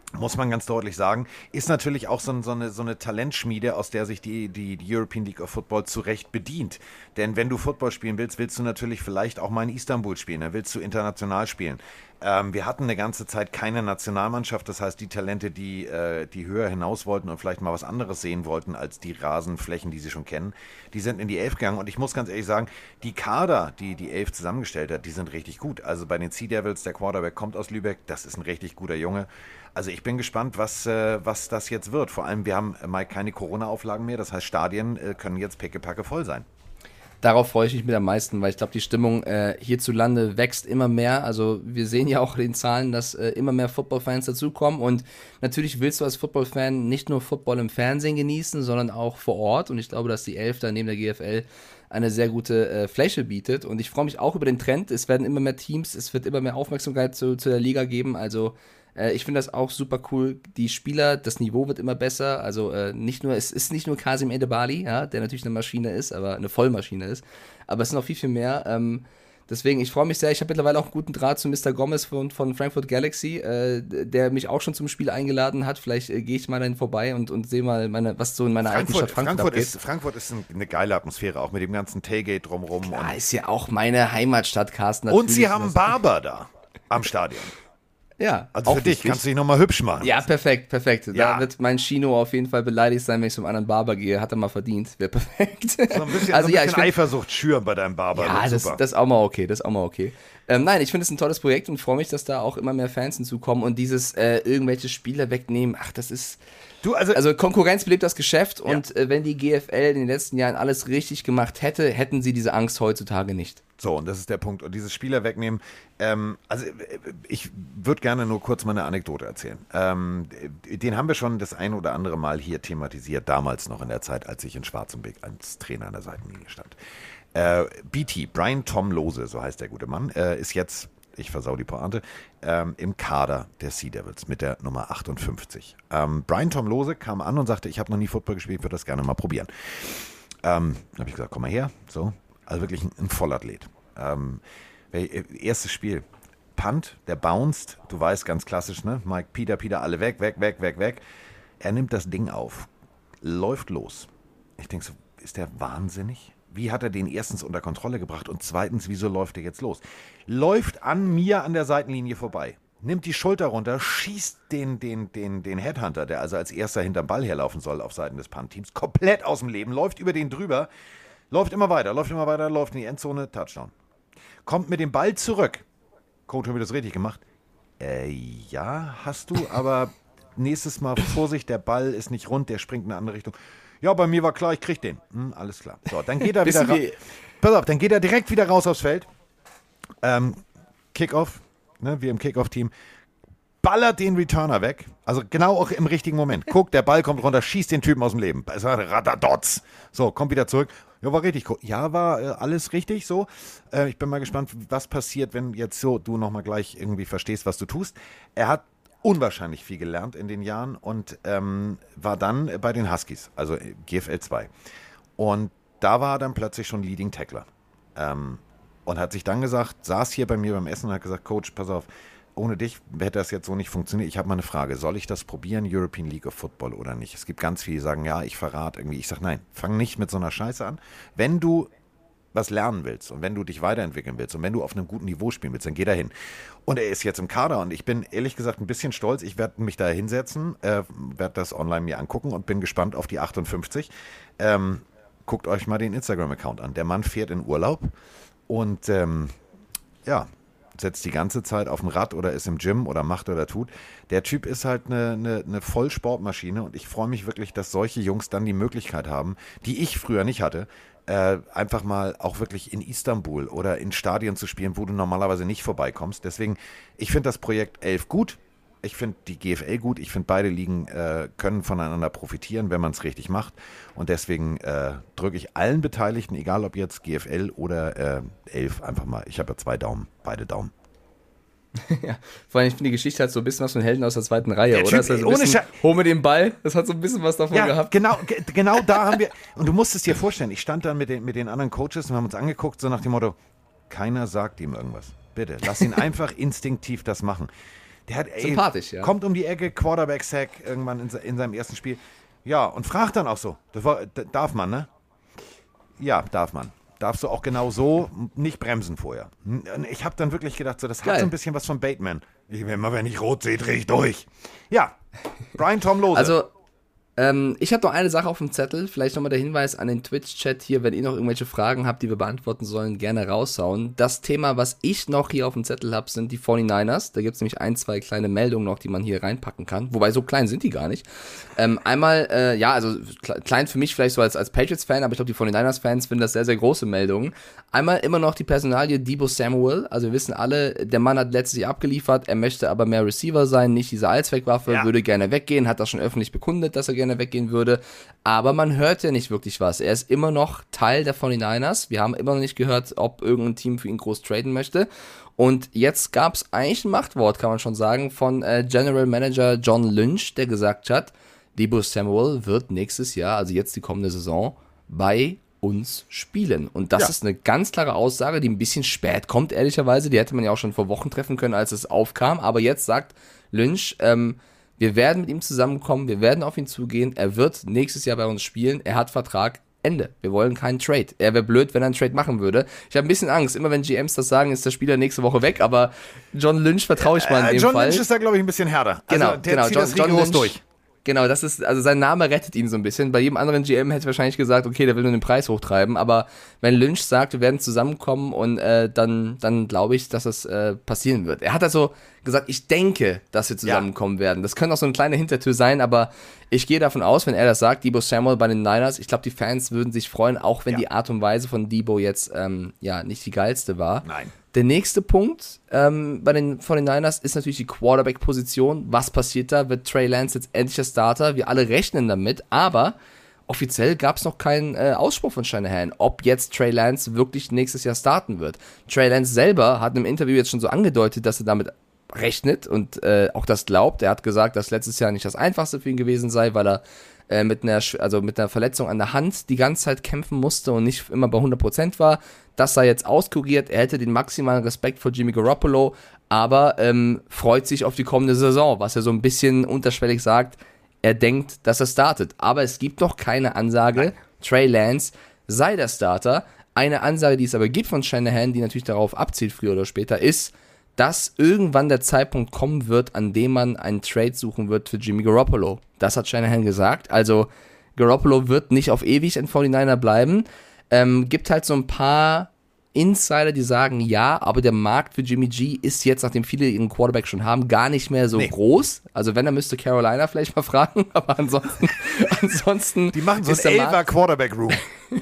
muss man ganz deutlich sagen, ist natürlich auch so, ein, so, eine, so eine Talentschmiede, aus der sich die, die, die European League of Football zu Recht bedient. Denn wenn du Football spielen willst, willst du natürlich vielleicht auch mal in Istanbul spielen, dann willst du international spielen. Ähm, wir hatten eine ganze Zeit keine Nationalmannschaft, das heißt, die Talente, die, äh, die höher hinaus wollten und vielleicht mal was anderes sehen wollten als die Rasenflächen, die sie schon kennen, die sind in die Elf gegangen. Und ich muss ganz ehrlich sagen, die Kader, die die Elf zusammengestellt hat, die sind richtig gut. Also bei den Sea Devils, der Quarterback kommt aus Lübeck, das ist ein richtig guter Junge. Also ich bin gespannt, was, äh, was das jetzt wird. Vor allem, wir haben äh, mal keine Corona-Auflagen mehr, das heißt, Stadien äh, können jetzt pickepacke voll sein. Darauf freue ich mich mit am meisten, weil ich glaube, die Stimmung äh, hierzulande wächst immer mehr. Also wir sehen ja auch in den Zahlen, dass äh, immer mehr Football-Fans dazukommen. Und natürlich willst du als Football-Fan nicht nur Football im Fernsehen genießen, sondern auch vor Ort. Und ich glaube, dass die Elf da neben der G F L eine sehr gute äh, Fläche bietet. Und ich freue mich auch über den Trend. Es werden immer mehr Teams, es wird immer mehr Aufmerksamkeit zu, zu der Liga geben. Also äh, ich finde das auch super cool. Die Spieler, das Niveau wird immer besser. Also äh, nicht nur, es ist nicht nur Kasim Edebali, ja, der natürlich eine Maschine ist, aber eine Vollmaschine ist. Aber es sind noch viel, viel mehr. Ähm, deswegen, ich freue mich sehr. Ich habe mittlerweile auch einen guten Draht zu Mister Gomez von, von Frankfurt Galaxy, äh, der mich auch schon zum Spiel eingeladen hat. Vielleicht äh, gehe ich mal dahin vorbei und, und sehe mal, meine, was so in meiner Frankfurt, alten Stadt Frankfurt, Frankfurt abgeht. ist, Frankfurt ist eine geile Atmosphäre, auch mit dem ganzen Tailgate drumherum. Ja, Und, ist ja auch meine Heimatstadt, Carsten. und sie natürlich. haben Barber da am Stadion. Ja, Also für auch dich wichtig. kannst du dich nochmal hübsch machen. Ja, perfekt, perfekt. Ja. Da wird mein Chino auf jeden Fall beleidigt sein, wenn ich zum anderen Barber gehe. Hat er mal verdient. Wäre perfekt. So ein bisschen, also so ein ja, bisschen ich find, Eifersucht schüren bei deinem Barber. ja, das das, super. das ist auch mal okay, das ist auch mal okay. Ähm, nein, ich finde es ein tolles Projekt und freue mich, dass da auch immer mehr Fans hinzukommen und dieses äh, irgendwelche Spieler wegnehmen, ach, das ist... Du, also, Also Konkurrenz belebt das Geschäft und äh, wenn die G F L in den letzten Jahren alles richtig gemacht hätte, hätten sie diese Angst heutzutage nicht. so, und das ist der Punkt. Und dieses Spieler wegnehmen, ähm, also äh, ich würde gerne nur kurz mal eine Anekdote erzählen. Ähm, den haben wir schon das ein oder andere Mal hier thematisiert, damals noch in der Zeit, als ich in Schwarzenbeck als Trainer an der Seitenlinie stand. Äh, B T, Brian Tom Lose, so heißt der gute Mann, äh, ist jetzt, ich versau die Pointe, ähm, im Kader der Sea Devils mit der Nummer achtundfünfzig. Ähm, Brian Tom Lose kam an und sagte, ich habe noch nie Football gespielt, würde das gerne mal probieren. Ähm, dann habe ich gesagt, komm mal her. So, also wirklich ein, ein Vollathlet. Ähm, erstes Spiel, Punt, der bounced, du weißt, ganz klassisch, ne? Mike, Peter, Peter, alle weg, weg, weg, weg, weg. Er nimmt das Ding auf, läuft los. Ich denke so, ist der wahnsinnig? Wie hat er den erstens unter Kontrolle gebracht und zweitens, wieso läuft er jetzt los? Läuft an mir an der Seitenlinie vorbei, nimmt die Schulter runter, schießt den, den, den, den Headhunter, der also als erster hinterm Ball herlaufen soll auf Seiten des Punt-Teams, komplett aus dem Leben, läuft über den drüber, läuft immer weiter, läuft immer weiter, läuft in die Endzone, Touchdown. Kommt mit dem Ball zurück. Coach, haben wir das richtig gemacht? Äh, ja, hast du, aber nächstes Mal Vorsicht, der Ball ist nicht rund, der springt in eine andere Richtung. Ja, bei mir war klar, ich krieg den. Hm, alles klar. So, dann geht er wieder Wissen raus. wir- Pass auf, dann geht er direkt wieder raus aufs Feld. Ähm, Kickoff, ne, wir im Kickoff-Team. Ballert den Returner weg. Also genau auch im richtigen Moment. Guckt, der Ball kommt runter, schießt den Typen aus dem Leben. Es war Radadotz. So, kommt wieder zurück. Ja, war richtig cool. Ja, war äh, alles richtig so. Äh, ich bin mal gespannt, was passiert, wenn jetzt so du nochmal gleich irgendwie verstehst, was du tust. Er hat unwahrscheinlich viel gelernt in den Jahren und ähm, war dann bei den Huskies, also G F L zwei. Und da war er dann plötzlich schon Leading Tackler. Ähm, und hat sich dann gesagt, saß hier bei mir beim Essen und hat gesagt, Coach, pass auf, ohne dich hätte das jetzt so nicht funktioniert. Ich habe mal eine Frage, soll ich das probieren, European League of Football oder nicht? Es gibt ganz viele, die sagen, ja, ich verrate irgendwie. Ich sage, nein, fang nicht mit so einer Scheiße an. Wenn du was lernen willst und wenn du dich weiterentwickeln willst und wenn du auf einem guten Niveau spielen willst, dann geh da hin. Und er ist jetzt im Kader und ich bin ehrlich gesagt ein bisschen stolz. Ich werde mich da hinsetzen, äh, werde das online mir angucken und bin gespannt auf die achtundfünfzig. Ähm, guckt euch mal den Instagram-Account an. Der Mann fährt in Urlaub und ähm, ja, setzt die ganze Zeit auf dem Rad oder ist im Gym oder macht oder tut. Der Typ ist halt eine, eine, eine Vollsportmaschine und ich freue mich wirklich, dass solche Jungs dann die Möglichkeit haben, die ich früher nicht hatte, äh, einfach mal auch wirklich in Istanbul oder in Stadien zu spielen, wo du normalerweise nicht vorbeikommst. Deswegen, ich finde das Projekt elf gut. Ich finde die G F L gut. Ich finde, beide Ligen äh, können voneinander profitieren, wenn man es richtig macht. Und deswegen äh, drücke ich allen Beteiligten, egal ob jetzt G F L oder äh, elf, einfach mal. Ich habe ja zwei Daumen, beide Daumen. Ja, vor allem, ich finde, die Geschichte hat so ein bisschen was von Helden aus der zweiten Reihe, Der oder? Typ, Das ist so ein ohne bisschen, Sche- hol mir den Ball, das hat so ein bisschen was davon Ja, gehabt. genau, ge- genau da haben wir, und du musst es dir vorstellen, ich stand dann mit den, mit den anderen Coaches und haben uns angeguckt, so nach dem Motto, keiner sagt ihm irgendwas. Bitte, lass ihn einfach instinktiv das machen. Der hat, ey, sympathisch, ja. Kommt um die Ecke, Quarterback-Sack irgendwann in, in seinem ersten Spiel. Ja, und fragt dann auch so. Das war, d- darf man, ne? Ja, darf man. Darfst du auch genau so nicht bremsen vorher. Ich habe dann wirklich gedacht, so, das Geil. hat so ein bisschen was von Bateman. Ich will immer, wenn ich rot sehe, drehe ich durch. Ja, Brian Tom Lose. Also, ähm, ich habe noch eine Sache auf dem Zettel. Vielleicht nochmal der Hinweis an den Twitch-Chat hier, wenn ihr noch irgendwelche Fragen habt, die wir beantworten sollen, gerne raushauen. Das Thema, was ich noch hier auf dem Zettel habe, sind die forty-niners. Da gibt es nämlich ein, zwei kleine Meldungen noch, die man hier reinpacken kann. Wobei, so klein sind die gar nicht. Ähm, einmal, äh, ja, also klein für mich vielleicht so als, als Patriots-Fan, aber ich glaube, die forty-niners-Fans finden das sehr, sehr große Meldungen. Einmal immer noch die Personalie Deebo Samuel. Also wir wissen alle, der Mann hat letztes Jahr abgeliefert, er möchte aber mehr Receiver sein, nicht diese Allzweckwaffe, Ja. würde gerne weggehen, hat das schon öffentlich bekundet, dass er gerne weggehen würde. Aber man hört ja nicht wirklich was. Er ist immer noch Teil der forty-niners. Wir haben immer noch nicht gehört, ob irgendein Team für ihn groß traden möchte. Und jetzt gab es eigentlich ein Machtwort, kann man schon sagen, von äh, General Manager John Lynch, der gesagt hat, Deebo Samuel wird nächstes Jahr, also jetzt die kommende Saison, bei uns spielen. Und das Ja. ist eine ganz klare Aussage, die ein bisschen spät kommt, ehrlicherweise. Die hätte man ja auch schon vor Wochen treffen können, als es aufkam. Aber jetzt sagt Lynch, ähm, wir werden mit ihm zusammenkommen, wir werden auf ihn zugehen, er wird nächstes Jahr bei uns spielen, er hat Vertrag, Ende. Wir wollen keinen Trade. Er wäre blöd, wenn er einen Trade machen würde. Ich habe ein bisschen Angst. Immer wenn G Ms das sagen, ist der Spieler nächste Woche weg, aber John Lynch vertraue ich mal in äh, dem John Fall. Lynch ist da, glaube ich, ein bisschen härter. Genau, also, der genau. zieht John, das John rigoros Lynch, durch. Genau, das ist, also sein Name rettet ihn so ein bisschen. Bei jedem anderen G M hätte wahrscheinlich gesagt, okay, der will nur den Preis hochtreiben, aber wenn Lynch sagt, wir werden zusammenkommen und äh, dann, dann glaube ich, dass das äh, passieren wird. Er hat also gesagt, ich denke, dass wir zusammenkommen werden. Das könnte auch so eine kleine Hintertür sein, aber ich gehe davon aus, wenn er das sagt, Deebo Samuel bei den Niners, ich glaube, die Fans würden sich freuen, auch wenn Ja. die Art und Weise von Deebo jetzt ähm, ja nicht die geilste war. Nein. Der nächste Punkt ähm, bei den forty-niners ist natürlich die Quarterback-Position. Was passiert da? Wird Trey Lance jetzt endlich der Starter? Wir alle rechnen damit, aber offiziell gab es noch keinen äh, Ausspruch von Shanahan, ob jetzt Trey Lance wirklich nächstes Jahr starten wird. Trey Lance selber hat in einem Interview jetzt schon so angedeutet, dass er damit rechnet und äh, auch das glaubt. Er hat gesagt, dass letztes Jahr nicht das Einfachste für ihn gewesen sei, weil er äh, mit einer, also mit einer Verletzung an der Hand die ganze Zeit kämpfen musste und nicht immer bei hundert Prozent war. Das sei jetzt auskuriert. Er hätte den maximalen Respekt vor Jimmy Garoppolo, aber ähm, freut sich auf die kommende Saison, was er so ein bisschen unterschwellig sagt. Er denkt, dass er startet. Aber es gibt noch keine Ansage, Nein. Trey Lance sei der Starter. Eine Ansage, die es aber gibt von Shanahan, die natürlich darauf abzielt, früher oder später, ist, dass irgendwann der Zeitpunkt kommen wird, an dem man einen Trade suchen wird für Jimmy Garoppolo. Das hat Shanahan gesagt. Also Garoppolo wird nicht auf ewig ein forty-niner bleiben. Ähm, gibt halt so ein paar Insider, die sagen, ja, aber der Markt für Jimmy G ist jetzt, nachdem viele ihren Quarterback schon haben, gar nicht mehr so nee. groß. Also wenn, dann müsste Carolina vielleicht mal fragen, aber ansonsten ansonsten die machen so ein Elfer Quarterback Room.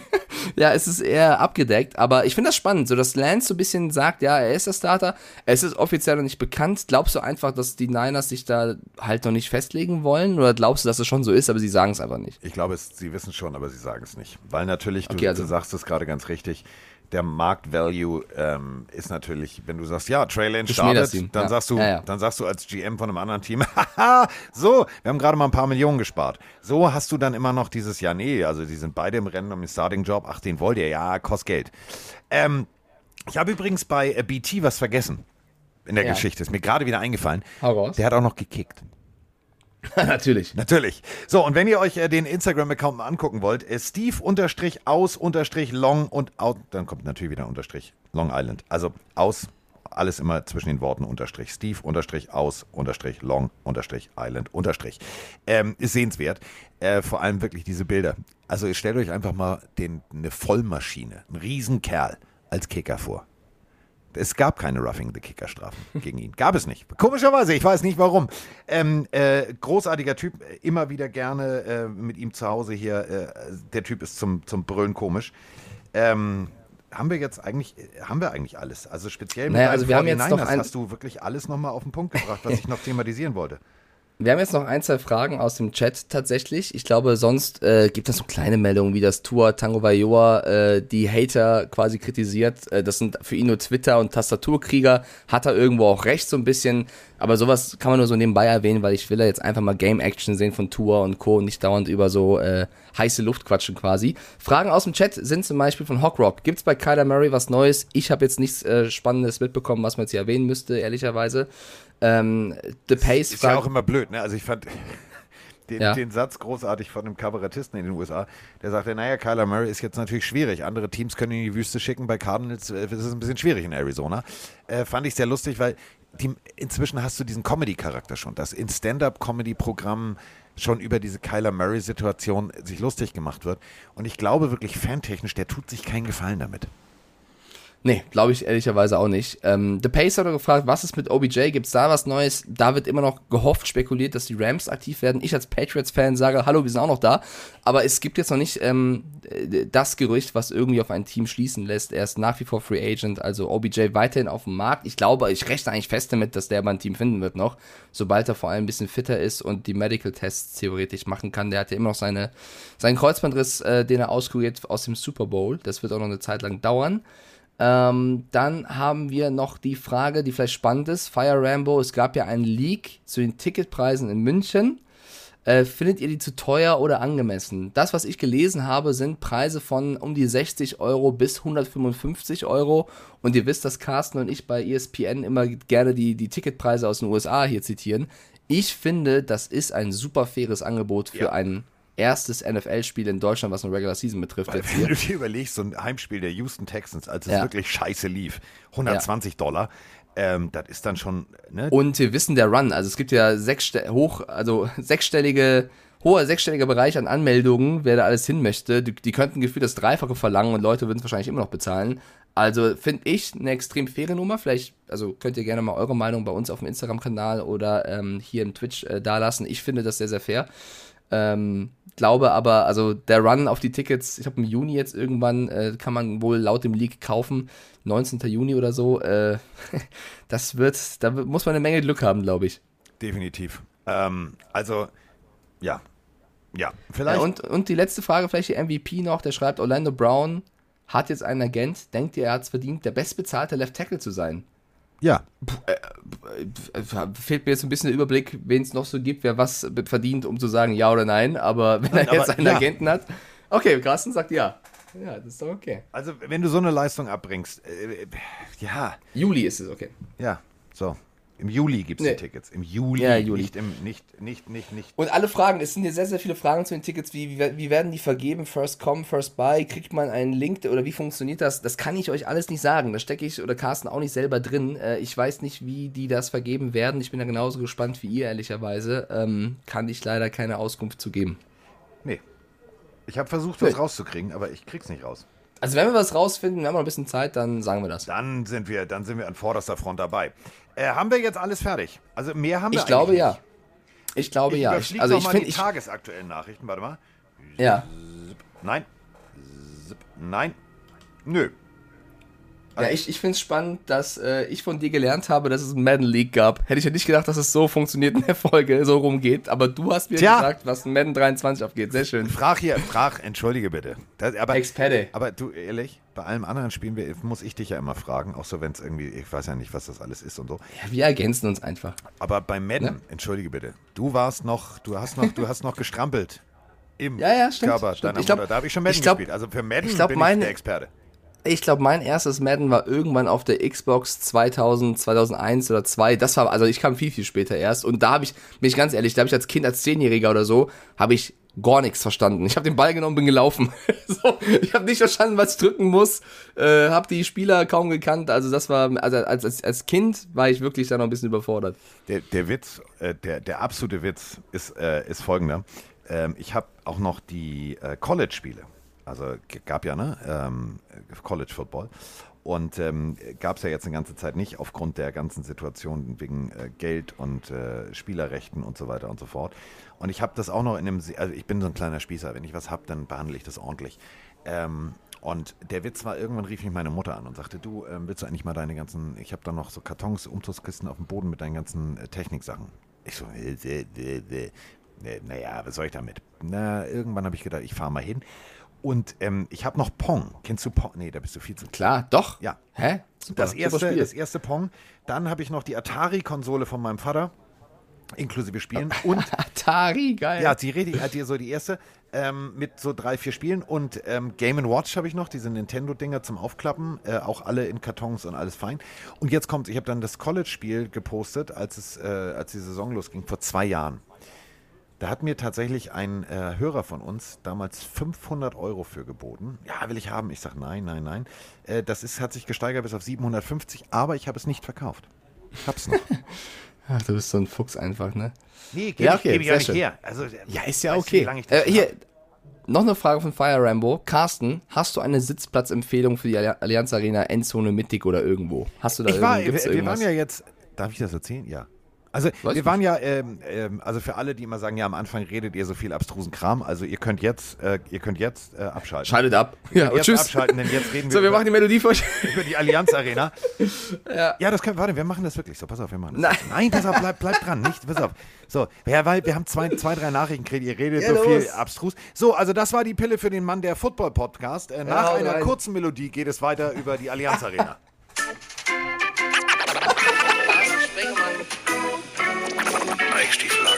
Ja, es ist eher abgedeckt, aber ich finde das spannend, so dass Lance so ein bisschen sagt, ja, er ist der Starter, es ist offiziell noch nicht bekannt. Glaubst du einfach, dass die Niners sich da halt noch nicht festlegen wollen, oder glaubst du, dass es schon so ist, aber sie sagen es einfach nicht? Ich glaube, es, sie wissen schon, aber sie sagen es nicht, weil natürlich, du, okay, also, du sagst es gerade ganz richtig, der Marktvalue ähm, ist natürlich, wenn du sagst, ja, Trey Lance startet, dann ja. sagst du, ja, ja. dann sagst du als G M von einem anderen Team, haha, so, wir haben gerade mal ein paar Millionen gespart. So hast du dann immer noch dieses Jahr, nee, also die sind beide im Rennen um den Starting-Job, ach, den wollt ihr, ja, kostet Geld. Ähm, ich habe übrigens bei äh, B T was vergessen in der ja. Geschichte, ist mir gerade wieder eingefallen. Hau raus. Der hat auch noch gekickt. Natürlich. Natürlich. So, und wenn ihr euch äh, den Instagram-Account mal angucken wollt, äh, Steve unterstrich aus unterstrich long und out, dann kommt natürlich wieder Unterstrich Long Island. Also aus, alles immer zwischen den Worten Unterstrich. Steve unterstrich aus unterstrich long unterstrich Island unterstrich. Ähm, ist sehenswert. Äh, vor allem wirklich diese Bilder. Also ihr stellt euch einfach mal den, eine Vollmaschine, einen Riesenkerl als Kicker vor. Es gab keine Roughing-the-Kicker-Strafen gegen ihn. Gab es nicht. Komischerweise, ich weiß nicht warum. Ähm, äh, großartiger Typ, immer wieder gerne äh, mit ihm zu Hause hier. Äh, der Typ ist zum, zum Brüllen komisch. Ähm, haben wir jetzt eigentlich, haben wir eigentlich alles? Also speziell mit naja, also wir haben jetzt forty-niners noch ein hast du wirklich alles nochmal auf den Punkt gebracht, was ich noch thematisieren wollte. Wir haben jetzt noch ein, zwei Fragen aus dem Chat tatsächlich. Ich glaube, sonst äh, gibt es so kleine Meldungen, wie das Tua Tagovailoa äh, die Hater quasi kritisiert. Äh, das sind für ihn nur Twitter- und Tastaturkrieger. Hat er irgendwo auch recht so ein bisschen. Aber sowas kann man nur so nebenbei erwähnen, weil ich will ja jetzt einfach mal Game-Action sehen von Tua und Co. und nicht dauernd über so äh, heiße Luft quatschen quasi. Fragen aus dem Chat sind zum Beispiel von Hawkrock. Gibt es bei Kyler Murray was Neues? Ich habe jetzt nichts äh, Spannendes mitbekommen, was man jetzt hier erwähnen müsste, ehrlicherweise. Ähm, The Pace ist ja auch immer blöd, ne? Also ich fand den, ja. den Satz großartig von einem Kabarettisten in den U S A, der sagte, naja, Kyler Murray ist jetzt natürlich schwierig. Andere Teams können ihn in die Wüste schicken, bei Cardinals äh, ist es ein bisschen schwierig in Arizona. Äh, fand ich sehr lustig, weil die, inzwischen hast du diesen Comedy-Charakter schon, dass in Stand-Up-Comedy-Programmen schon über diese Kyler Murray-Situation sich lustig gemacht wird. Und ich glaube wirklich, fantechnisch, der tut sich keinen Gefallen damit. Nee, glaube ich ehrlicherweise auch nicht. Ähm, The Pace hat gefragt, was ist mit O B J? Gibt es da was Neues? Da wird immer noch gehofft, spekuliert, dass die Rams aktiv werden. Ich als Patriots-Fan sage, hallo, wir sind auch noch da. Aber es gibt jetzt noch nicht ähm, das Gerücht, was irgendwie auf ein Team schließen lässt. Er ist nach wie vor Free Agent, also O B J weiterhin auf dem Markt. Ich glaube, ich rechne eigentlich fest damit, dass der mal ein Team finden wird noch, sobald er vor allem ein bisschen fitter ist und die Medical-Tests theoretisch machen kann. Der hat ja immer noch seine, seinen Kreuzbandriss, äh, den er auskuriert aus dem Super Bowl. Das wird auch noch eine Zeit lang dauern. Ähm, dann haben wir noch die Frage, die vielleicht spannend ist. Fire Rambo, es gab ja einen Leak zu den Ticketpreisen in München. Äh, findet ihr die zu teuer oder angemessen? Das, was ich gelesen habe, sind Preise von um die sechzig Euro bis hundertfünfundfünfzig Euro. Und ihr wisst, dass Carsten und ich bei E S P N immer gerne die, die Ticketpreise aus den U S A hier zitieren. Ich finde, das ist ein super faires Angebot für ja. einen erstes N F L-Spiel in Deutschland, was eine Regular Season betrifft. Weil, jetzt wenn hier. du dir überlegst, so ein Heimspiel der Houston Texans, als es Ja. wirklich scheiße lief, hundertzwanzig ja. Dollar, ähm, das ist dann schon, ne? Und wir wissen der Run, also es gibt ja sechsste- hoch, also sechsstellige, hoher sechsstelliger Bereich an Anmeldungen, wer da alles hin möchte. Die, die könnten gefühlt das Dreifache verlangen und Leute würden es wahrscheinlich immer noch bezahlen. Also finde ich eine extrem faire Nummer. Vielleicht, also könnt ihr gerne mal eure Meinung bei uns auf dem Instagram-Kanal oder ähm, hier im Twitch äh, dalassen. Ich finde das sehr, sehr fair. Ähm, glaube aber, also der Run auf die Tickets, ich glaube im Juni jetzt irgendwann, äh, kann man wohl laut dem Leak kaufen, neunzehnten Juni oder so, äh, das wird, da muss man eine Menge Glück haben, glaube ich. Definitiv. Ähm, also, ja. Ja, vielleicht. Ja, und, und die letzte Frage, vielleicht die M V P noch, der schreibt, Orlando Brown hat jetzt einen Agent, denkt ihr, er hat es verdient, der bestbezahlte Left Tackle zu sein? Ja. Fehlt mir jetzt ein bisschen der Überblick, wen es noch so gibt, wer was verdient, um zu sagen ja oder nein, aber wenn Nein, er jetzt aber einen ja. Agenten hat, okay, Carsten sagt ja. Ja, das ist doch okay. Also, wenn du so eine Leistung abbringst, äh, ja. Juli ist es okay. Ja, so. Im Juli gibt es Nee. die Tickets. Im Juli, Ja, Juli. nicht im, nicht, nicht, nicht, nicht. Und alle Fragen, es sind hier sehr, sehr viele Fragen zu den Tickets, wie, wie, wie werden die vergeben, first come, first buy, kriegt man einen Link oder wie funktioniert das? Das kann ich euch alles nicht sagen, da stecke ich oder Carsten auch nicht selber drin. Äh, ich weiß nicht, wie die das vergeben werden, ich bin da genauso gespannt wie ihr, ehrlicherweise. Ähm, kann ich leider keine Auskunft zu geben. Nee. Ich habe versucht, das Nee. rauszukriegen, aber ich krieg's nicht raus. Also wenn wir was rausfinden, wir haben noch ein bisschen Zeit, dann sagen wir das. Dann sind wir, dann sind wir an vorderster Front dabei. Äh, haben wir jetzt alles fertig? Also mehr haben wir Ich glaube eigentlich ja. nicht. Ich glaube Ich ja. überfliege Ich, also noch ich mal finde, die ich, tagesaktuellen Nachrichten. Warte mal. ja. Nein. Zip. Nein. Nö. Ja, ich, ich finde es spannend, dass äh, ich von dir gelernt habe, dass es einen Madden League gab. Hätte ich ja nicht gedacht, dass es so funktioniert in der Folge, so rumgeht. Aber du hast mir Tja. gesagt, was in Madden dreiundzwanzig abgeht. Sehr schön. Frag hier, frag, entschuldige bitte. Das, aber, Experte. aber du, ehrlich, bei allem anderen Spielen wir, muss ich dich ja immer fragen, auch so, wenn es irgendwie, ich weiß ja nicht, was das alles ist und so. Ja, wir ergänzen uns einfach. Aber bei Madden, Ne? entschuldige bitte, du warst noch, du hast noch, du hast noch gestrampelt im Ja, ja, stimmt, Körper stimmt. deiner Ich glaub- Mutter. Da habe ich schon Madden ich glaub- gespielt. Also für Madden ich glaub, bin meine- ich der Experte. Ich glaube, mein erstes Madden war irgendwann auf der Xbox zweitausend, zweitausendeins oder zwei. Das war, also ich kam viel, viel später erst. Und da habe ich, bin ich ganz ehrlich, da habe ich als Kind, als Zehnjähriger oder so, habe ich gar nichts verstanden. Ich habe den Ball genommen, bin gelaufen. so, ich habe nicht verstanden, was ich drücken muss. Äh, habe die Spieler kaum gekannt. Also das war, also als, als, als Kind war ich wirklich da noch ein bisschen überfordert. Der, der Witz, äh, der, der absolute Witz ist, äh, ist folgender. Ähm, ich habe auch noch die äh, College-Spiele. Also g- gab ja, ne? Ähm, College Football. Und ähm, gab es ja jetzt eine ganze Zeit nicht, aufgrund der ganzen Situation wegen äh, Geld und äh, Spielerrechten und so weiter und so fort. Und ich habe das auch noch in einem, Se- also ich bin so ein kleiner Spießer, wenn ich was habe, dann behandle ich das ordentlich. Ähm, und der Witz war, irgendwann rief mich meine Mutter an und sagte, du, ähm, willst du eigentlich mal deine ganzen, ich habe da noch so Kartons, Umzugskisten auf dem Boden mit deinen ganzen äh, Techniksachen. Ich so, äh, äh, äh, äh, äh, naja, was soll ich damit? Na, irgendwann habe ich gedacht, ich fahre mal hin. Und ähm, ich habe noch Pong. Kennst du Pong? Nee, da bist du viel zu Klar, doch. Ja. Hä? Super, Das super erste, Spiel. das erste Pong. Dann habe ich noch die Atari-Konsole von meinem Vater, inklusive Spielen. Und Atari, geil. Ja, die Redi hat hier so die erste ähm, mit so drei, vier Spielen und ähm, Game and Watch habe ich noch, diese Nintendo-Dinger zum Aufklappen, äh, auch alle in Kartons und alles fein. Und jetzt kommt, ich habe dann das College-Spiel gepostet, als es, äh, als die Saison losging, vor zwei Jahren. Da hat mir tatsächlich ein äh, Hörer von uns damals fünfhundert Euro für geboten. Ja, will ich haben. Ich sage nein, nein, nein. Äh, das ist, hat sich gesteigert bis auf siebenhundertfünfzig, aber ich habe es nicht verkauft. Ich hab's noch. Ach, du bist so ein Fuchs einfach, ne? Nee, gebe Ja, ich, okay, geb ich ja sehr nicht schön. her. Also, Ja, ist ja weißt du, okay. wie lange ich das Äh, schon hier, hab? noch eine Frage von Fire Rambo. Carsten, hast du eine Sitzplatzempfehlung für die Alli- Allianz Arena, Endzone, Mittig oder irgendwo? Hast du da Ich war, irgend- gibt's wir, wir irgendwas? waren ja jetzt, darf ich das erzählen? Ja. Also Weiß wir waren ja, ähm, ähm, also für alle, die immer sagen, ja am Anfang redet ihr so viel abstrusen Kram, also ihr könnt jetzt, äh, ihr könnt jetzt äh, abschalten. Schaltet ab. Ja, und Jetzt tschüss. abschalten, denn jetzt reden wir, So, wir über, machen die Melodie für euch. über die Allianz Arena. Ja. Ja, das können, warte, wir machen das wirklich so. Pass auf, wir machen das. Nein. Nein, pass auf, bleib, bleib dran, nicht, pass auf. So, ja, weil wir haben zwei, zwei drei Nachrichten gekriegt, ihr redet Ja, so viel los. abstrus. So, also das war die Pille für den Mann der Football-Podcast. Äh, nach hau einer rein. kurzen Melodie geht es weiter über die Allianz Arena. Eichstiefel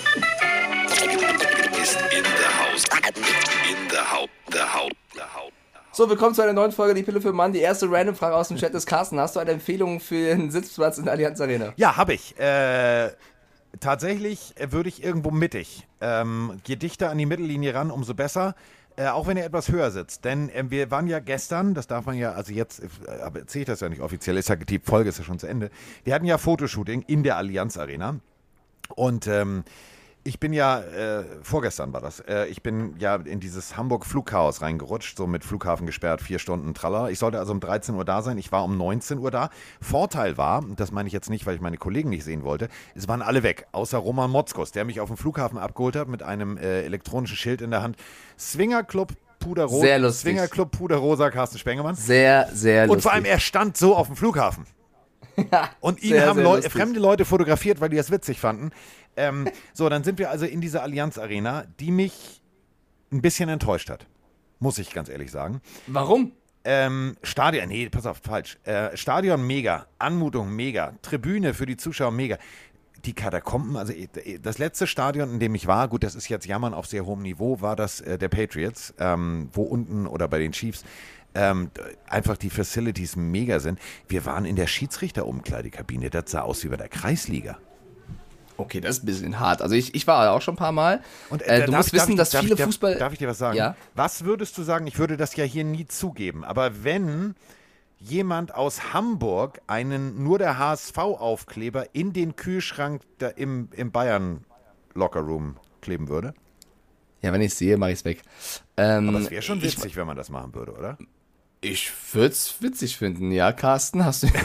ist in der Haus. In der Haut. Der Haut. Der Haut. So, willkommen zu einer neuen Folge Die Pille für den Mann. Die erste Random-Frage aus dem Chat ist Carsten. Hast du eine Empfehlung für den Sitzplatz in der Allianz Arena? Ja, habe ich. Äh, tatsächlich äh, würde ich irgendwo mittig. Ähm, je dichter an die Mittellinie ran, umso besser. Äh, auch wenn er etwas höher sitzt. Denn äh, wir waren ja gestern, das darf man ja, also jetzt, äh, aber erzähle ich das ja nicht offiziell, ist ja, die Folge ist ja schon zu Ende. Wir hatten ja Fotoshooting in der Allianz Arena. Und ähm, ich bin ja, äh, vorgestern war das, äh, ich bin ja in dieses Hamburg-Flugchaos reingerutscht, so mit Flughafen gesperrt, vier Stunden Tralla. Ich sollte also um dreizehn Uhr da sein, ich war um neunzehn Uhr da. Vorteil war, und das meine ich jetzt nicht, weil ich meine Kollegen nicht sehen wollte, es waren alle weg, außer Roman Motzkos, der mich auf dem Flughafen abgeholt hat mit einem äh, elektronischen Schild in der Hand. Swingerclub Puderrosa, Sehr lustig. Swingerclub Puderrosa, Carsten Spengemann. Sehr, sehr lustig. Und vor allem, er stand so auf dem Flughafen. Und ihn sehr, haben sehr Leu lustig. fremde Leute fotografiert, weil die das witzig fanden. Ähm, so, dann sind wir also in dieser Allianz Arena, die mich ein bisschen enttäuscht hat. Muss ich ganz ehrlich sagen. Warum? Ähm, Stadion, nee, pass auf, falsch. Äh, Stadion mega, Anmutung mega, Tribüne für die Zuschauer mega. Die Katakomben, also äh, das letzte Stadion, in dem ich war, gut, das ist jetzt Jammern auf sehr hohem Niveau, war das äh, der Patriots, ähm, wo unten oder bei den Chiefs ähm, einfach die Facilities mega sind. Wir waren in der Schiedsrichterumkleidekabine, das sah aus wie bei der Kreisliga. Okay, das ist ein bisschen hart. Also ich, ich war da auch schon ein paar Mal. Und, äh, äh, du darf musst ich- darf wissen, ich- dass darf viele ich, darf- Fußball... Darf ich dir was sagen? Ja? Was würdest du sagen? Ich würde das ja hier nie zugeben, aber wenn jemand aus Hamburg einen nur der H S V-Aufkleber in den Kühlschrank da im, im Bayern-Lockerroom kleben würde? Ja, wenn ich es sehe, mache ich es weg. Ähm, Aber es wäre schon ich- witzig, wenn man das machen würde, oder? Ich würde es witzig finden, ja, Carsten, hast du...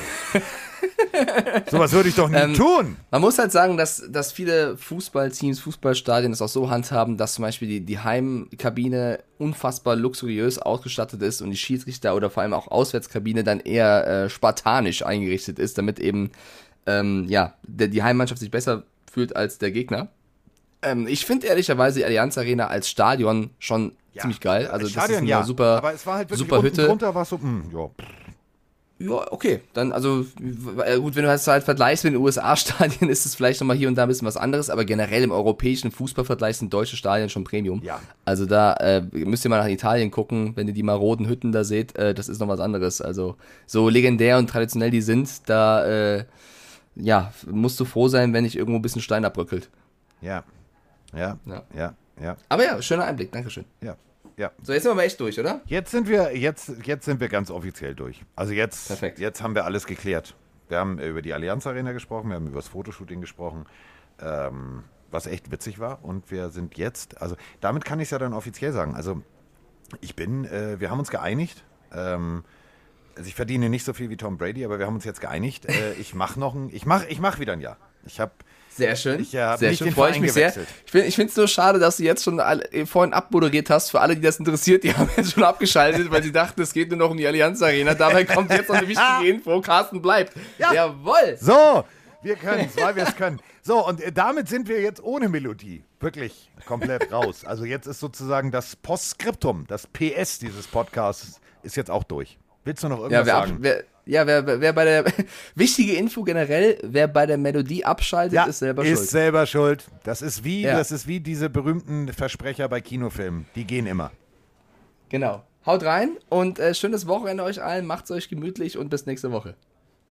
Sowas würde ich doch nie Ähm, tun. Man muss halt sagen, dass, dass viele Fußballteams, Fußballstadien es auch so handhaben, dass zum Beispiel die, die Heimkabine unfassbar luxuriös ausgestattet ist und die Schiedsrichter oder vor allem auch Auswärtskabine dann eher äh, spartanisch eingerichtet ist, damit eben ähm, ja, der, die Heimmannschaft sich besser fühlt als der Gegner. Ähm, ich finde ehrlicherweise die Allianz Arena als Stadion schon Ja. ziemlich geil. Also Stadion, das ist eine ja. super, aber es war halt wirklich super unten Hütte. drunter war es so, mh, ja. Ja, okay. Dann, also, äh, gut, wenn du das halt vergleichst mit den U S A-Stadien, ist es vielleicht nochmal hier und da ein bisschen was anderes, aber generell im europäischen Fußballvergleich sind deutsche Stadien schon Premium. Ja. Also da äh, müsst ihr mal nach Italien gucken, wenn ihr die maroden Hütten da seht, äh, das ist noch was anderes. Also, so legendär und traditionell die sind, da, äh, ja, musst du froh sein, wenn nicht irgendwo ein bisschen Stein abbröckelt. Ja. Ja. Ja. Ja. Ja. Aber ja, schöner Einblick, Dankeschön. Ja. Ja. So, jetzt sind wir aber echt durch, oder? Jetzt sind wir, jetzt, jetzt sind wir ganz offiziell durch. Also jetzt, Perfekt. jetzt haben wir alles geklärt. Wir haben über die Allianz Arena gesprochen, wir haben über das Fotoshooting gesprochen, ähm, was echt witzig war. Und wir sind jetzt, also damit kann ich es ja dann offiziell sagen. Also ich bin, äh, wir haben uns geeinigt. Ähm, also ich verdiene nicht so viel wie Tom Brady, aber wir haben uns jetzt geeinigt. Äh, ich mache noch ein, ich mache, ich mache wieder ein Jahr. Ich habe Sehr schön. Ich, äh, hab sehr nicht schön, den freue ich Verein mich sehr. gewechselt. Ich finde ich es nur schade, dass du jetzt schon alle, äh, vorhin abmoderiert hast. Für alle, die das interessiert, die haben jetzt schon abgeschaltet, weil sie dachten, es geht nur noch um die Allianz Arena. Dabei kommt jetzt noch eine wichtige Info. Carsten bleibt. Ja. Jawohl. So, wir können es, weil wir es können. So, und äh, damit sind wir jetzt ohne Melodie wirklich komplett raus. Also jetzt ist sozusagen das Postskriptum, das P S dieses Podcasts ist jetzt auch durch. Willst du noch irgendwas Ja, wer, ab, sagen? wer, Ja, wer, wer bei der, wichtige Info generell, wer bei der Melodie abschaltet, Ja, ist selber ist schuld. selber schuld. Das ist wie, Ja. das ist wie diese berühmten Versprecher bei Kinofilmen. Die gehen immer. Genau. Haut rein und äh, schönes Wochenende euch allen, macht's euch gemütlich und bis nächste Woche.